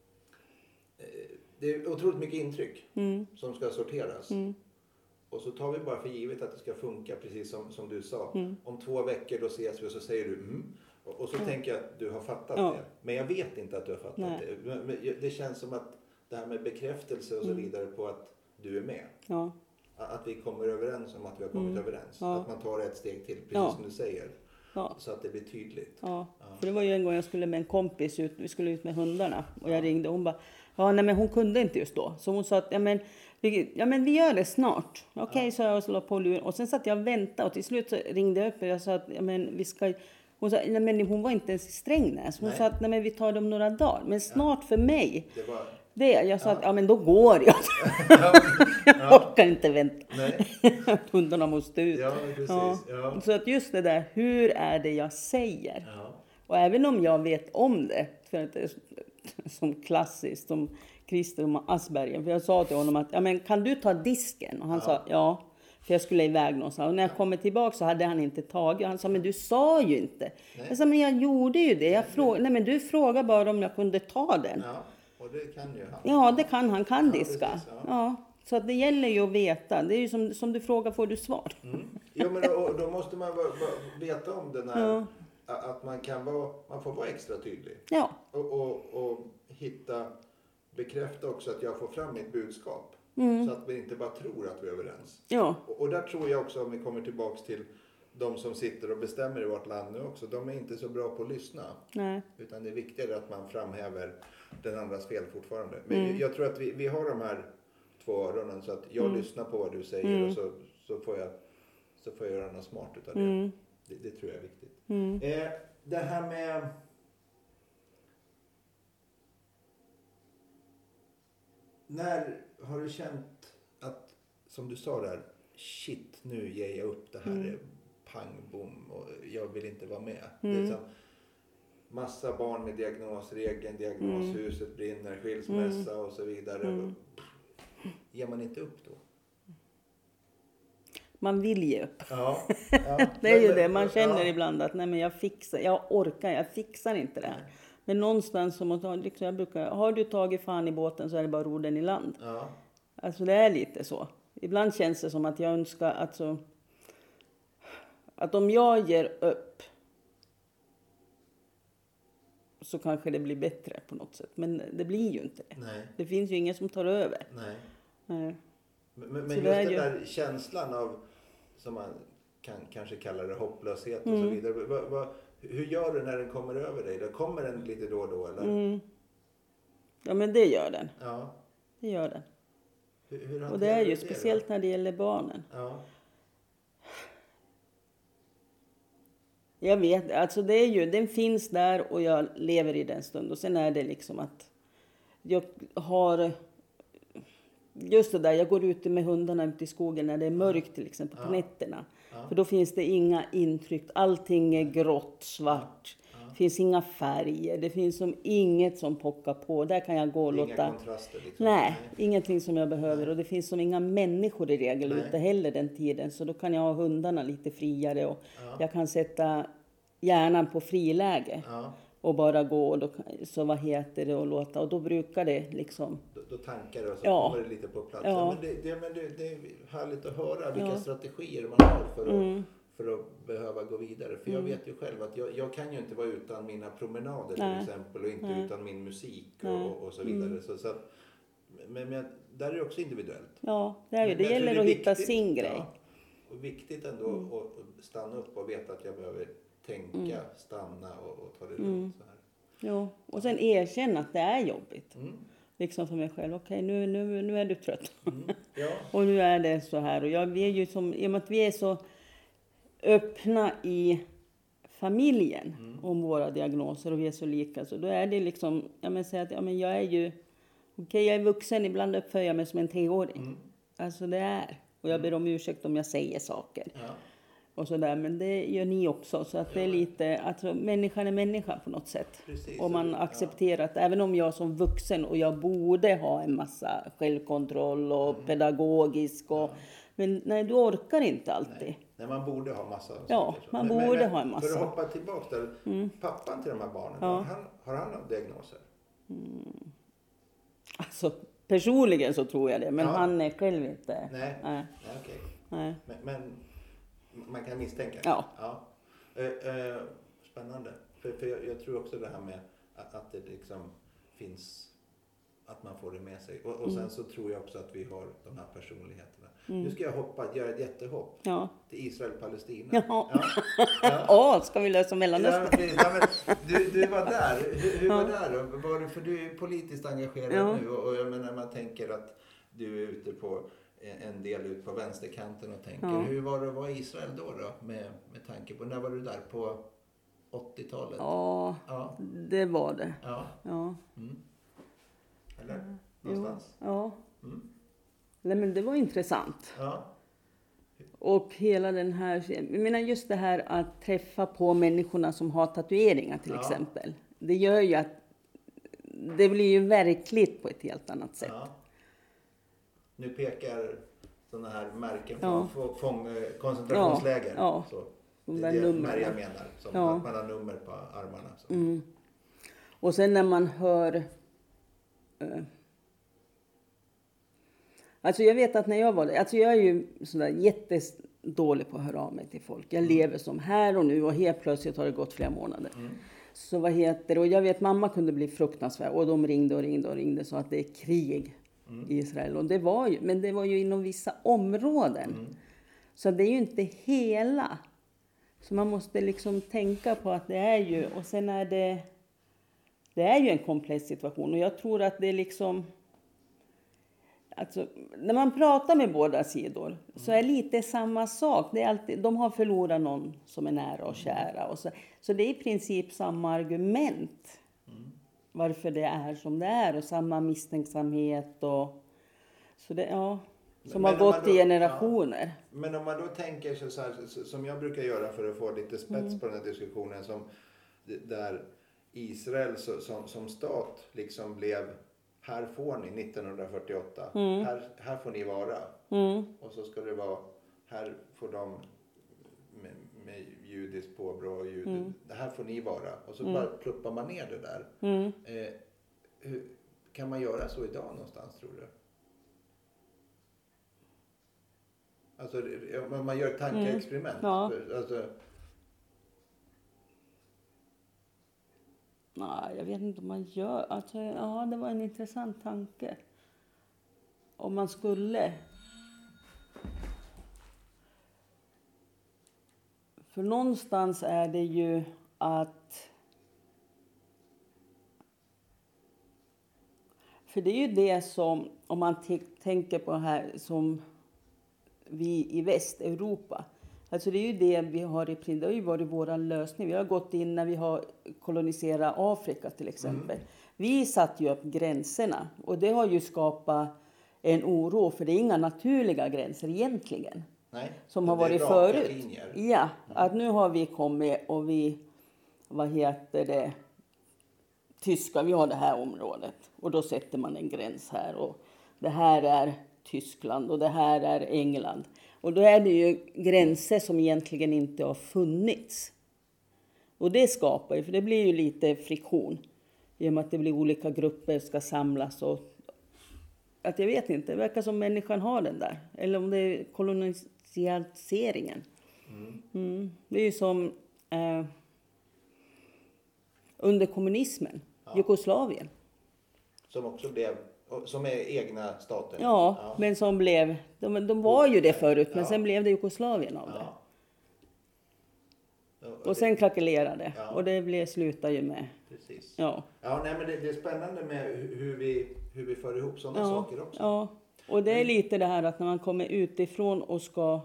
det är otroligt mycket intryck mm. som ska sorteras. Mm. Och så tar vi bara för givet att det ska funka precis som, som du sa. Mm. Om två veckor då ses vi och så säger du mm. Och, och så mm. tänker jag att du har fattat ja. det. Men jag vet inte att du har fattat Nej. det. Men, men det känns som att det här med bekräftelse och så vidare på att du är med. Ja. Att vi kommer överens om att vi har kommit mm. överens. Ja. Att man tar ett steg till, precis ja. som du säger. Ja. Så att det blir tydligt. Ja. Ja. För det var ju en gång jag skulle med en kompis ut, vi skulle ut med hundarna. Och jag ja. ringde och hon bara, ja nej men hon kunde inte just då. Så hon sa att, ja men vi, ja, men vi gör det snart. Okej, okay, ja. så jag och la på luren. Och sen satt jag och väntade och till slut så ringde jag upp och jag sa att, ja men vi ska... Hon sa, nej men hon var inte ens i Strängnäs. Hon nej. sa att, nej men vi tar dem några dagar. Men snart ja. för mig... Det var... Det, jag sa ja. att, ja men då går jag. Ja. jag orkar inte vänta. Nej. Hundarna måste ut. Ja, precis. Ja. Ja. Så att just det där, hur är det jag säger? Ja. Och även om jag vet om det, för att det är som klassiskt, som Christer och Asperger. För jag sa till honom att, ja men kan du ta disken? Och han ja. sa, ja. För jag skulle iväg någonstans. Och när jag kommer tillbaka så hade han inte tagit. Han sa, men du sa ju inte. Nej. Jag sa, men jag gjorde ju det. Jag fråga, nej men du frågade bara om jag kunde ta den. Ja. Och det kan ju han. Ja, det kan han. Kan diska. Ja, precis, ja. Ja, så att det gäller ju att veta. Det är ju som, som du frågar får du svar. Mm. Jo, men då, då måste man vara, veta om den här. Ja. Att man kan vara, man får vara extra tydlig. Ja. Och, och, och hitta, bekräfta också att jag får fram mitt budskap. Mm. Så att vi inte bara tror att vi är överens. Ja. Och, och där tror jag också, om vi kommer tillbaks till de som sitter och bestämmer i vårt land nu också, de är inte så bra på att lyssna. Nej. Utan det är viktigare att man framhäver den andras fel fortfarande. Men mm. jag tror att vi, vi har de här två öronen, så att jag mm. lyssnar på vad du säger mm. och så, så, får jag, så får jag göra något smart utav det. Mm. det. Det tror jag är viktigt. Mm. Eh, det här med... När har du känt att, som du sa där, shit, nu ger jag upp, det här mm. är pang, bom och jag vill inte vara med. Mm. Det är som massa barn med diagnoser, egen diagnos, mm. huset brinner, skilsmässa mm. och så vidare. Mm. Ger man inte upp då? Man vill ge upp. Ja, ja. det är ju det, man känner ja. ibland att nej men jag fixar, jag orkar, jag fixar inte det här. Nej. Men någonstans som att, liksom jag brukar, har du tagit fan i båten så är det bara roden i land. Ja. Alltså det är lite så. Ibland känns det som att jag önskar alltså, att om jag ger upp så kanske det blir bättre på något sätt. Men det blir ju inte det. Nej. Det finns ju ingen som tar över. Nej. Nej. Men, men just den ju... där känslan av, som man kan kanske kalla det, hopplöshet och mm. så vidare. Va, va, hur gör du när den kommer över dig? Då kommer den lite då och då, eller? Mm. Ja, men det gör den. Ja. Det gör den. Hur, hur och det är ju det speciellt då? När det gäller barnen. Ja. Jag vet, alltså det är ju, den finns där och jag lever i den stund. Och sen är det liksom att jag har, just det där, jag går ute med hundarna ute i skogen när det är mörkt till exempel, ja. på nätterna. Ja. För då finns det inga intryck, allting är grått, svart. Ja. Ja. Det finns inga färger, det finns som inget som pockar på. Där kan jag gå och inga låta... kontraster liksom. Nej, Nej, ingenting som jag behöver. Nej. Och det finns som inga människor i regel Nej. ute heller den tiden. Så då kan jag ha hundarna lite friare och ja. jag kan sätta hjärnan på friläge. Ja. Och bara gå och då, så vad heter det och låta. Och då brukar det liksom... Då, då tankar det och så ja. kommer det lite på plats. Ja. Men, det, det, men det, det är härligt att höra vilka ja. strategier man har för att, mm. för att behöva gå vidare. För mm. jag vet ju själv att jag, jag kan ju inte vara utan mina promenader Nej. till exempel. Och inte Nej. utan min musik och, och så vidare. Mm. Så, så att, men, men där är det också individuellt. Ja, det är ju. Men, det men gäller det att viktigt, hitta sin grej. Ja, och viktigt ändå mm. att stanna upp och veta att jag behöver tänka, mm. stanna och, och ta det mm. runt så här. Jo, och sen erkänna att det är jobbigt. Mm. Liksom för mig själv. Okej, okay, nu, nu, nu är du trött. Mm. Ja. och nu är det så här. Och jag, vi är ju som, i och med att vi är så öppna i familjen mm. om våra diagnoser och vi är så lika. Så då är det liksom, jag menar säga att ja, men jag är ju, okej okay, jag är vuxen, ibland uppför jag mig som en treåring. Mm. Alltså det är. Och jag ber om ursäkt om jag säger saker. Ja. Och sådär, men det gör ni också. Så att ja. det är lite, alltså människan är människa på något sätt. Precis, och man accepterar att ja. även om jag som vuxen och jag borde ha en massa självkontroll och mm. pedagogisk och ja. Men nej, du orkar inte alltid. Nej, nej man borde ha massa Ja, saker. man men, borde men, ha en massa. För att hoppa tillbaka där. Mm. Pappan till de här barnen, ja. han, har han några diagnoser? Mm. Alltså, personligen så tror jag det. Men ja. han är själv inte. Nej, nej. nej okej. Nej. Men, men man kan misstänka. Ja. ja. Uh, uh, spännande. För, för jag, jag tror också det här med att, att det liksom finns, att man får det med sig. Och, och sen mm. så tror jag också att vi har de här personligheterna. Mm. Nu ska jag hoppa, göra ett jättehopp. Ja. Till Israel-Palestina. Ja. Ja. Ja. Ja, ska vi lösa Mellanöstern? Ja, ja, men du, du var där. Hur, hur ja. var det där då? Var du, för du är politiskt engagerad ja. nu. Och, och jag menar, man tänker att du är ute på en del ut på vänsterkanten och tänker. Ja. Hur var det att vara i Israel då? då med, med tanke på, när var du där? På åttiotalet? Ja, ja. det var det. Ja. Ja. Mm. Eller? Någonstans? Jo. Ja. Mm. Nej, men det var intressant. Ja. Och hela den här, jag menar just det här att träffa på människorna som har tatueringar till ja. exempel. Det gör ju att det blir ju verkligt på ett helt annat sätt. Ja. Nu pekar sådana här märken ja. från fång, koncentrationsläger. Ja. Ja. Så. Det är det Maria menar, som ja. att man har nummer på armarna. Så. Mm. Och sen när man hör... Uh, alltså jag vet att när jag var där, alltså jag är ju sådär jättedålig på att höra av mig till folk. Jag mm. lever som här och nu och helt plötsligt har det gått flera månader. Mm. Så vad heter det? Och jag vet mamma kunde bli fruktansvärd och de ringde och ringde och ringde så att det är krig mm. i Israel. Och det var ju, men det var ju inom vissa områden. Mm. Så det är ju inte hela. Så man måste liksom tänka på att det är ju, och sen är det, det är ju en komplex situation. Och jag tror att det är liksom, alltså, när man pratar med båda sidor mm. så är det lite samma sak. Det är alltid, de har förlorat någon som är nära och kära. Och så, så det är i princip samma argument. Mm. Varför det är som det är. Och samma misstänksamhet. Och, så det, ja, som men, har gått då, i generationer. Ja, men om man då tänker sig så här, som jag brukar göra för att få lite spets mm. på den här diskussionen. Som, där Israel så, som, som stat liksom blev... Här får ni nittonhundrafyrtioåtta. Mm. Här, här får ni vara. Mm. Och så ska det vara. Här får de med, med judiskt påbrå och jud. Mm. Det här får ni vara. Och så mm. bara pluppar man ner det där. Mm. Eh, hur, kan man göra så idag någonstans tror du? Alltså man gör ett tankeexperiment. Mm. Ja. Alltså, nej, jag vet inte om man gör. Alltså, ja, det var en intressant tanke. Om man skulle. För någonstans är det ju att. För det är ju det som, om man t- tänker på här som vi i Västeuropa. Alltså det är ju det vi har i princip, det har ju varit vår lösning. Vi har gått in när vi har koloniserat Afrika till exempel. Mm. Vi satt ju upp gränserna och det har ju skapat en oro för det är inga naturliga gränser egentligen. Nej, som har varit förut. Linjer. Ja, mm. att nu har vi kommit och vi, vad heter det, tyska, vi har det här området och då sätter man en gräns här och det här är Tyskland och det här är England. Och då är det ju gränser som egentligen inte har funnits. Och det skapar ju, för det blir ju lite friktion. I och med att det blir olika grupper ska samlas. Och att jag vet inte, det verkar som människan har den där. Eller om det är koloniseringen. Mm. Mm. Det är ju som eh, under kommunismen, ja. Jugoslavien. Som också blev... Som är egna stater. Ja, ja, men som blev... De, de var ju det förut, men ja. sen blev det Jugoslavien av det. Ja. Och, och sen krackelerade. Ja. Och det blev, slutade ju med... Precis. Ja, ja nej, men det, det är spännande med hur vi, hur vi för ihop sådana ja. saker också. Ja, och det är men... lite det här att när man kommer utifrån och ska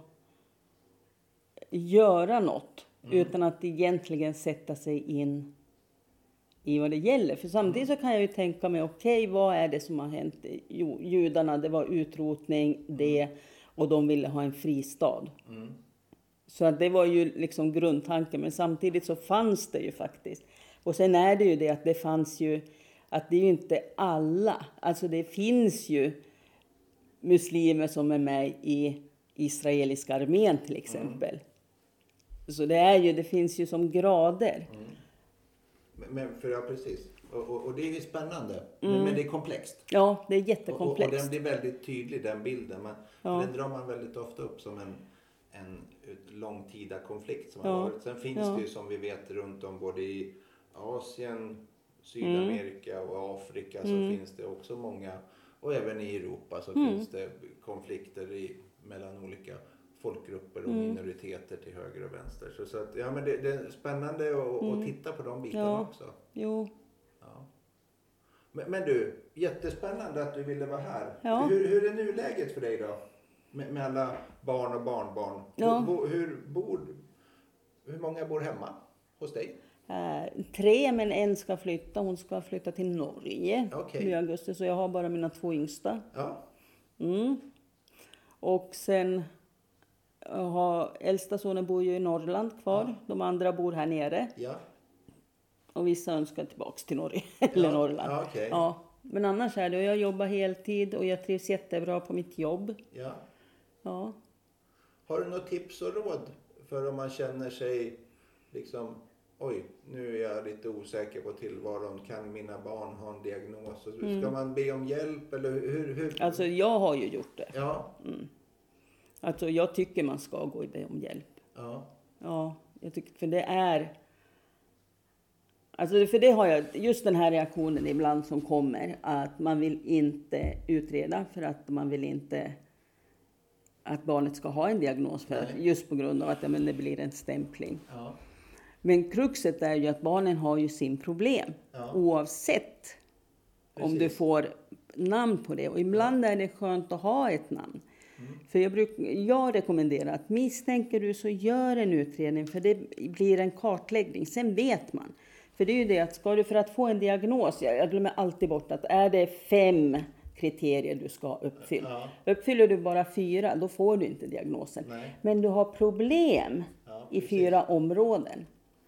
göra något mm. utan att egentligen sätta sig in i vad det gäller. För samtidigt så kan jag ju tänka mig, okej, okay, vad är det som har hänt? Jo, judarna, det var utrotning, det, och de ville ha en fristad. Mm. Så att det var ju liksom grundtanken, men samtidigt så fanns det ju faktiskt. Och sen är det ju det att det fanns ju, att det är ju inte alla, alltså det finns ju muslimer som är med i israeliska armén till exempel. Mm. Så det är ju, det finns ju som grader. Mm. Men, men för ja, precis. Och, och, och det är ju spännande. Mm. Men, men det är komplext. Ja, det är jättekomplext. Och, och den blir väldigt tydlig, den bilden. Man, ja. Den drar man väldigt ofta upp som en, en långtida konflikt som ja. har varit. Sen finns ja. det ju som vi vet runt om både i Asien, Sydamerika mm. och Afrika så mm. finns det också många. Och även i Europa så mm. finns det konflikter i, mellan olika folkgrupper och mm. minoriteter till höger och vänster. Så, så att, ja, men det, det är spännande att, mm. att titta på de bitarna ja. också. Jo. Ja. Men, men du, jättespännande att du ville vara här. Ja. Hur, hur är nuläget för dig då? Med, med alla barn och barnbarn. Ja. Bo, hur, bor, hur många bor hemma hos dig? Uh, tre, men en ska flytta. Hon ska flytta till Norge okay. i augusti. Så jag har bara mina två yngsta. Ja. Mm. Och sen har äldsta sonen bor ju i Norrland kvar. Ja. De andra bor här nere. Ja. Och vissa önskar tillbaka till Norge eller ja. Norrland. Ja, okay. Ja. Men annars är det, och jag jobbar heltid och jag trivs jättebra på mitt jobb. Ja. Ja. Har du något tips och råd för om man känner sig liksom, oj, nu är jag lite osäker på tillvaron, kan mina barn ha en diagnos? Ska mm. man be om hjälp eller hur, hur? Alltså jag har ju gjort det. Ja. Mm. Alltså jag tycker man ska gå och be om hjälp. Ja. Ja, jag tycker, för det är... Alltså för det har jag, just den här reaktionen ibland som kommer, att man vill inte utreda för att man vill inte att barnet ska ha en diagnos för, just på grund av att ja, men det blir en stämpling. Ja. Men kruxet är ju att barnen har ju sin problem, ja. Oavsett Precis. Om du får namn på det. Och ibland ja. Är det skönt att ha ett namn. Mm. För jag, bruk, jag rekommenderar att misstänker du så gör en utredning, för det blir en kartläggning. Sen vet man. För det är ju det att ska du för att få en diagnos, jag, jag glömmer alltid bort att är det fem kriterier du ska uppfylla. Ja. Uppfyller du bara fyra, då får du inte diagnosen. Nej. Men du har problem ja, i fyra områden.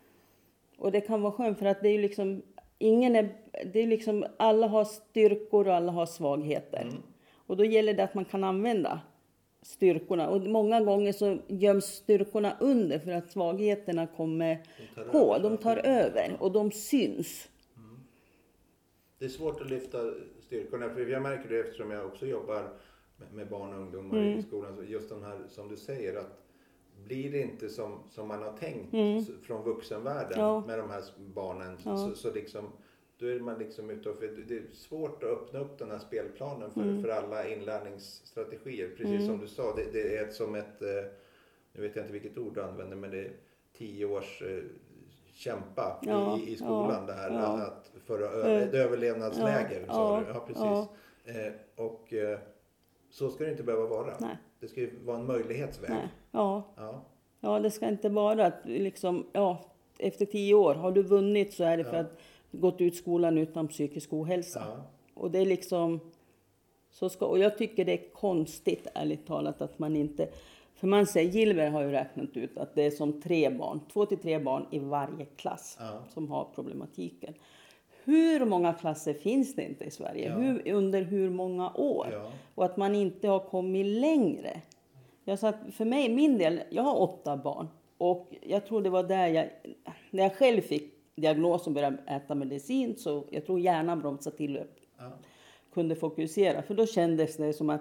Och det kan vara skönt för att det är ju liksom, ingen är, det är liksom, alla har styrkor och alla har svagheter. Mm. Och då gäller det att man kan använda styrkorna. Och många gånger så göms styrkorna under för att svagheterna kommer de på. Över, de tar över och de syns. Mm. Det är svårt att lyfta styrkorna. För jag märker det eftersom jag också jobbar med barn och ungdomar mm. i skolan. Så just de här som du säger, att blir det inte som, som man har tänkt mm. från vuxenvärlden ja. Med de här barnen ja. så, så liksom, då är man liksom ute och, för det är svårt att öppna upp den här spelplanen för, mm. för alla inlärningsstrategier. Precis mm. som du sa, det, det är som ett, nu vet jag inte vilket ord du använder, men det är tio års eh, kämpa ja. i, i skolan ja. Det här ja. Att föra ö- ett överlevnadsläger. Ja, ja. ja precis. Ja. Eh, och eh, så ska det inte behöva vara. Nej. Det ska ju vara en möjlighetsväg. Nej. Ja. Ja. Ja, det ska inte vara att liksom, ja, efter tio år har du vunnit så är det för ja. Att du gått ut skolan utan psykisk ohälsa. Ja. Och det är liksom, så ska, och jag tycker det är konstigt, ärligt talat, att man inte, för man säger, Gilbert har ju räknat ut att det är som tre barn, två till tre barn i varje klass ja. Som har problematiken. Hur många klasser finns det inte i Sverige? Ja. Hur, under hur många år? Ja. Och att man inte har kommit längre. Jag sa att för mig, min del, jag har åtta barn. Och jag tror det var där jag, när jag själv fick diagnosen och började äta medicin, så jag tror hjärnan bromsade till och ja. Kunde fokusera. För då kändes det som att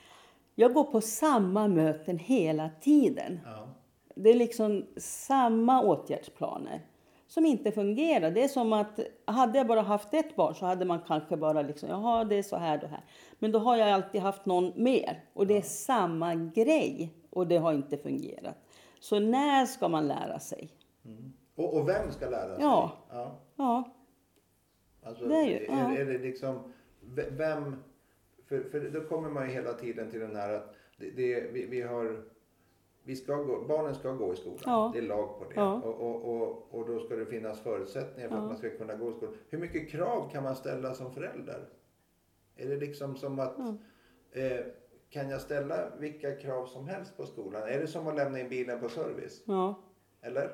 jag går på samma möten hela tiden. Ja. Det är liksom samma åtgärdsplaner som inte fungerar. Det är som att hade jag bara haft ett barn så hade man kanske bara liksom, jaha, det är så här och här. Men då har jag alltid haft någon mer. Och det är samma grej. Och det har inte fungerat. Så när ska man lära sig? Mm. Och, och vem ska lära sig? Ja. Ja. ja. Alltså, det är, ju, är, ja. är det liksom, vem, för, för då kommer man ju hela tiden till den här att det, det, vi, vi har, vi ska gå, barnen ska gå i skolan. Ja. Det är lag på det. Ja. Och, och, och, och då ska det finnas förutsättningar för ja. Att man ska kunna gå i skolan. Hur mycket krav kan man ställa som förälder? Är det liksom som att, ja. eh, kan jag ställa vilka krav som helst på skolan? Är det som att lämna in bilen på service? Ja. Eller?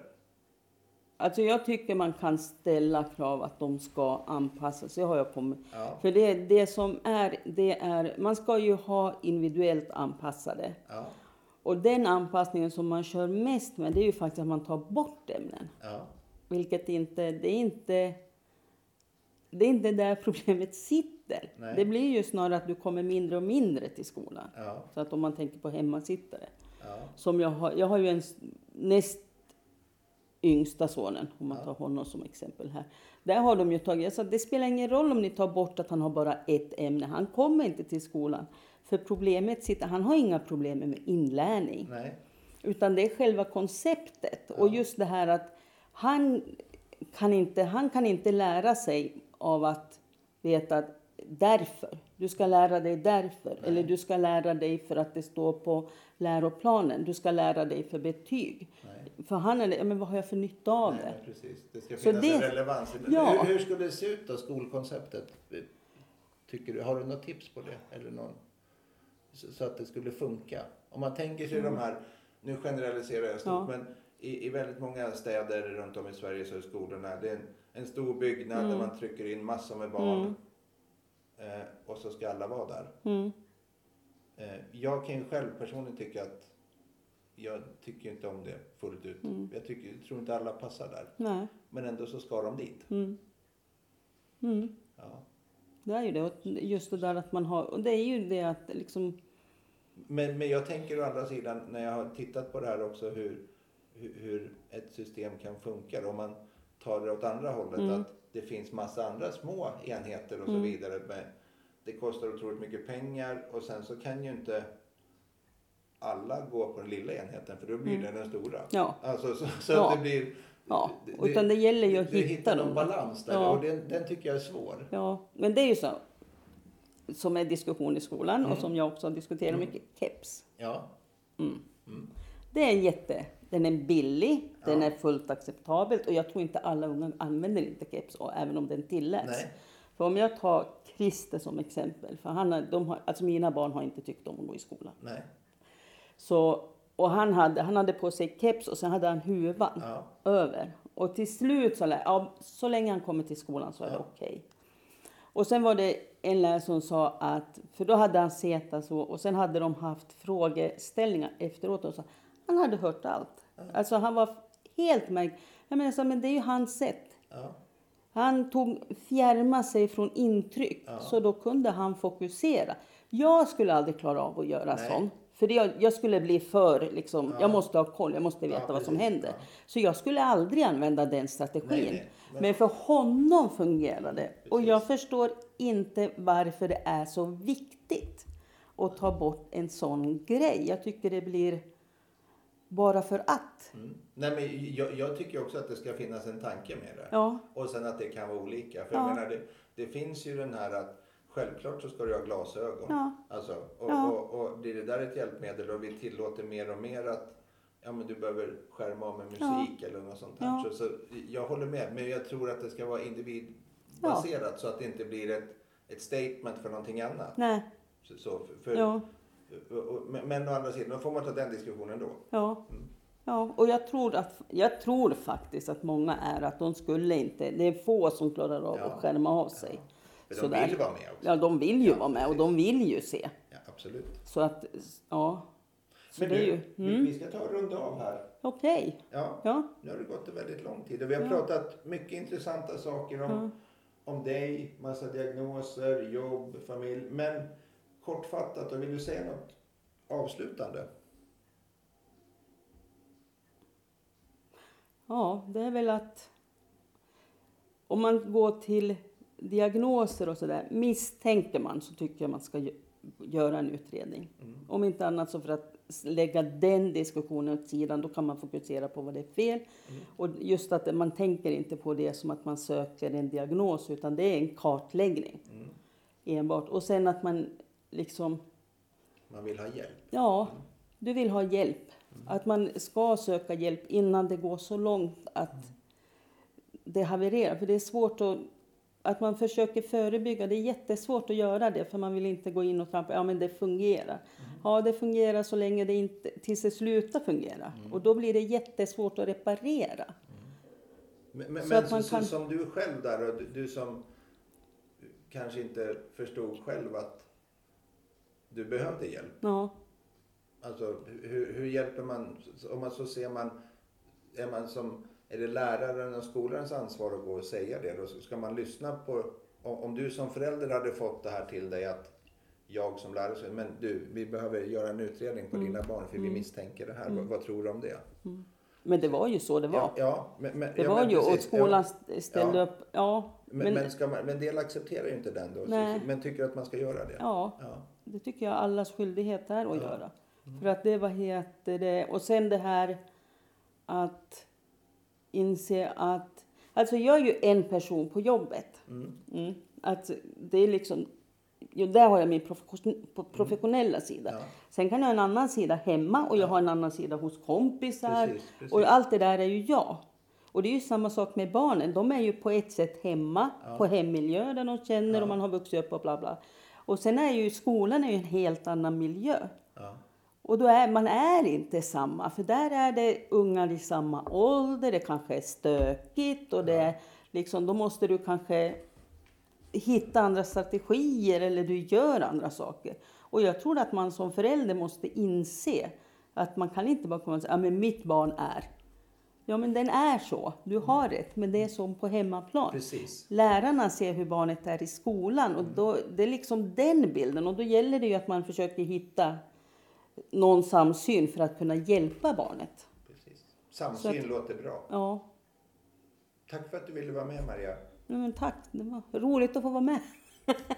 Alltså jag tycker man kan ställa krav att de ska anpassas. Det har jag kommit. Ja. För det, det som är, det är, man ska ju ha individuellt anpassade. Ja. Och den anpassningen som man kör mest med, det är ju faktiskt att man tar bort ämnen. Ja. Vilket inte, det är inte, det är inte där problemet sitter. Nej. Det blir ju snarare att du kommer mindre och mindre till skolan. Ja. Så att om man tänker på hemmasittare. Ja. Som jag har, jag har ju en näst yngsta sonen, om man Ja. tar honom som exempel här. Där har de ju tagit, så det spelar ingen roll om ni tar bort att han har bara ett ämne. Han kommer inte till skolan. För problemet sitter, han har inga problem med inlärning. Nej. Utan det är själva konceptet. Ja. Och just det här att han kan, inte, han kan inte lära sig av att veta att därför. Du ska lära dig därför. Nej. Eller du ska lära dig för att det står på läroplanen. Du ska lära dig för betyg. Nej. För han är det, ja, men vad har jag för nytta av Nej, det? precis. Det ska Så finnas det- en relevans. Ja. Hur, hur skulle det se ut då, skolkonceptet? Tycker du, har du något tips på det? Eller någon, så, så att det skulle funka? Om man tänker sig de här, nu generaliserar jag stort, Ja. men i, i väldigt många städer runt om i Sverige så är skolorna, det är en, en stor byggnad Mm. där man trycker in massor med barn. Mm. Eh, och så ska alla vara där. Mm. Eh, jag kan ju själv personligen tycka att jag tycker inte om det fullt ut. Mm. Jag tycker, tror inte alla passar där. Nej. Men ändå så ska de dit. Mm. Mm. Ja. Det är ju det. Och just det där att man har, och det är ju det att liksom, Men, men jag tänker å andra sidan när jag har tittat på det här också hur, hur, hur ett system kan funka. Om man tar det åt andra hållet. Mm. Att det finns massa andra små enheter och så Mm. vidare. Men det kostar otroligt mycket pengar. Och sen så kan ju inte alla gå på den lilla enheten. För då blir Mm. det den stora. ja. Alltså så, så Ja. att det blir... Ja, utan det gäller ju att det, det hitta hittar dem. någon balans där. Ja. Och den, den tycker jag är svår. Ja, men det är ju så. Som är diskussion i skolan Mm. och som jag också har diskuterat Mm. mycket. Keps. Ja. Mm. Mm. Det är en jätte. Den är billig, den Ja. är fullt acceptabelt och jag tror inte alla unga använder inte keps och, även om den tilläts. Nej. För om jag tar Christer som exempel, för han har, de har, alltså mina barn har inte tyckt om att gå i skolan. Nej. Så, och han hade, han hade på sig keps och sen hade han huvan Ja. över. Och till slut så, lä- ja, så länge han kommer till skolan så är det Ja. okej. Och sen var det en lärare som sa att, för då hade han sett så och sen hade de haft frågeställningar efteråt och så han hade hört allt. Ja. Alltså han var helt märkt. Jag menar så, men det är ju hans sätt. Ja. Han tog fjärma sig från intryck Ja. så då kunde han fokusera. Jag skulle aldrig klara av att göra Nej. sånt. För det, jag, jag skulle bli för, liksom, Ja. jag måste ha koll, jag måste veta Ja, vad som precis. händer. Ja. Så jag skulle aldrig använda den strategin. Nej, nej. Men- Men för honom fungerade det. Och Precis. jag förstår inte varför det är så viktigt att ta bort en sån grej. Jag tycker det blir bara för att. Mm. Nej, men jag, jag tycker också att det ska finnas en tanke med det. Ja, Och sen att det kan vara olika. För Ja. jag menar, det, det finns ju den här att självklart så ska du ha glasögon. ja, Alltså, och, Ja. och, och blir det där ett hjälpmedel och vi tillåter mer och mer att ja, men du behöver skärma av med musik eller något sånt här. Ja. Så, så jag håller med. Men jag tror att det ska vara individbaserat så att det inte blir ett, ett statement för någonting annat. nej, Så, så, för, för, ja, och, och, men men å andra sidan, då får man ta den diskussionen då. ja. Mm. Ja, och jag tror, att, jag tror faktiskt att många är att de skulle inte, det är få som klarar av Ja. att skärma av sig. För de Sådär. vill vara med också. Ja, de vill ju Ja, vara med och precis. de vill ju se. Ja, absolut. Så att, ja. Så Men det är du, ju, vi, mm, vi ska ta och runda av här. okej. Ja, Ja, nu har det gått en väldigt lång tid och vi har Ja. pratat mycket intressanta saker om, ja. om dig, massa diagnoser, jobb, familj. Men kortfattat, och vill du säga något avslutande? Ja, det är väl att om man går till diagnoser och sådär, misstänker man så tycker jag man ska gö- göra en utredning. Mm. Om inte annat så för att s- lägga den diskussionen åt sidan, då kan man fokusera på vad det är fel. Mm. Och just att man tänker inte på det som att man söker en diagnos, utan det är en kartläggning Mm. enbart. Och sen att man liksom, Man vill ha hjälp. ja, du vill ha hjälp. Mm. Att man ska söka hjälp innan det går så långt att det havererar. För det är svårt att, att man försöker förebygga. Det är jättesvårt att göra det för man vill inte gå in och trampa. Ja, men det fungerar. Mm. Ja, det fungerar så länge det inte, tills det slutar fungera. Mm. Och då blir det jättesvårt att reparera. Men, men, Så men att man så, kan- som du själv där, och du, du som kanske inte förstod själv att du behövde hjälp. Ja, Alltså hur, hur hjälper man, om man så ser man, är man som, är det läraren och skolans ansvar att gå och säga det? Då ska man lyssna på, om du som förälder hade fått det här till dig att jag som lärare säger, men du, vi behöver göra en utredning på mm. dina barn för mm. vi misstänker det här. Mm. Vad, vad tror du om det? Mm. Men det var ju så det var. Ja, ja, men, men, det ja, var men, ju, precis, och skolan ja, ställde ja. upp, ja. Men, men, men, ska man, men del accepterar ju inte den då, så, men tycker att man ska göra det? Ja, ja. Det tycker jag allas skyldighet är att ja. göra. Mm. För att det, vad heter det, och sen det här att inse att, alltså jag är ju en person på jobbet. Mm. Mm. Att det är liksom, jo, där har jag min professionella mm. sida. Ja. Sen kan jag ha en annan sida hemma och jag har en annan sida hos kompisar. Precis, precis. Och allt det där är ju jag. Och det är ju samma sak med barnen. De är ju på ett sätt hemma, ja. på hemmiljö där de känner ja. och man har vuxit upp och bla bla. Och sen är ju skolan är ju en helt annan miljö. Ja. Och då är man är inte samma. För där är det ungar i samma ålder. Det kanske är stökigt och det är liksom, då måste du kanske hitta andra strategier eller du gör andra saker. Och jag tror att man som förälder måste inse att man kan inte bara komma och säga, ja men mitt barn är. Ja men den är så, du har rätt, men det är som på hemmaplan. Precis. Lärarna ser hur barnet är i skolan och då, det är liksom den bilden. Och då gäller det ju att man försöker hitta någon samsyn för att kunna hjälpa barnet. Precis. Samsyn att, låter bra. Ja. Tack för att du ville vara med, Maria. Ja, men tack, det var roligt att få vara med.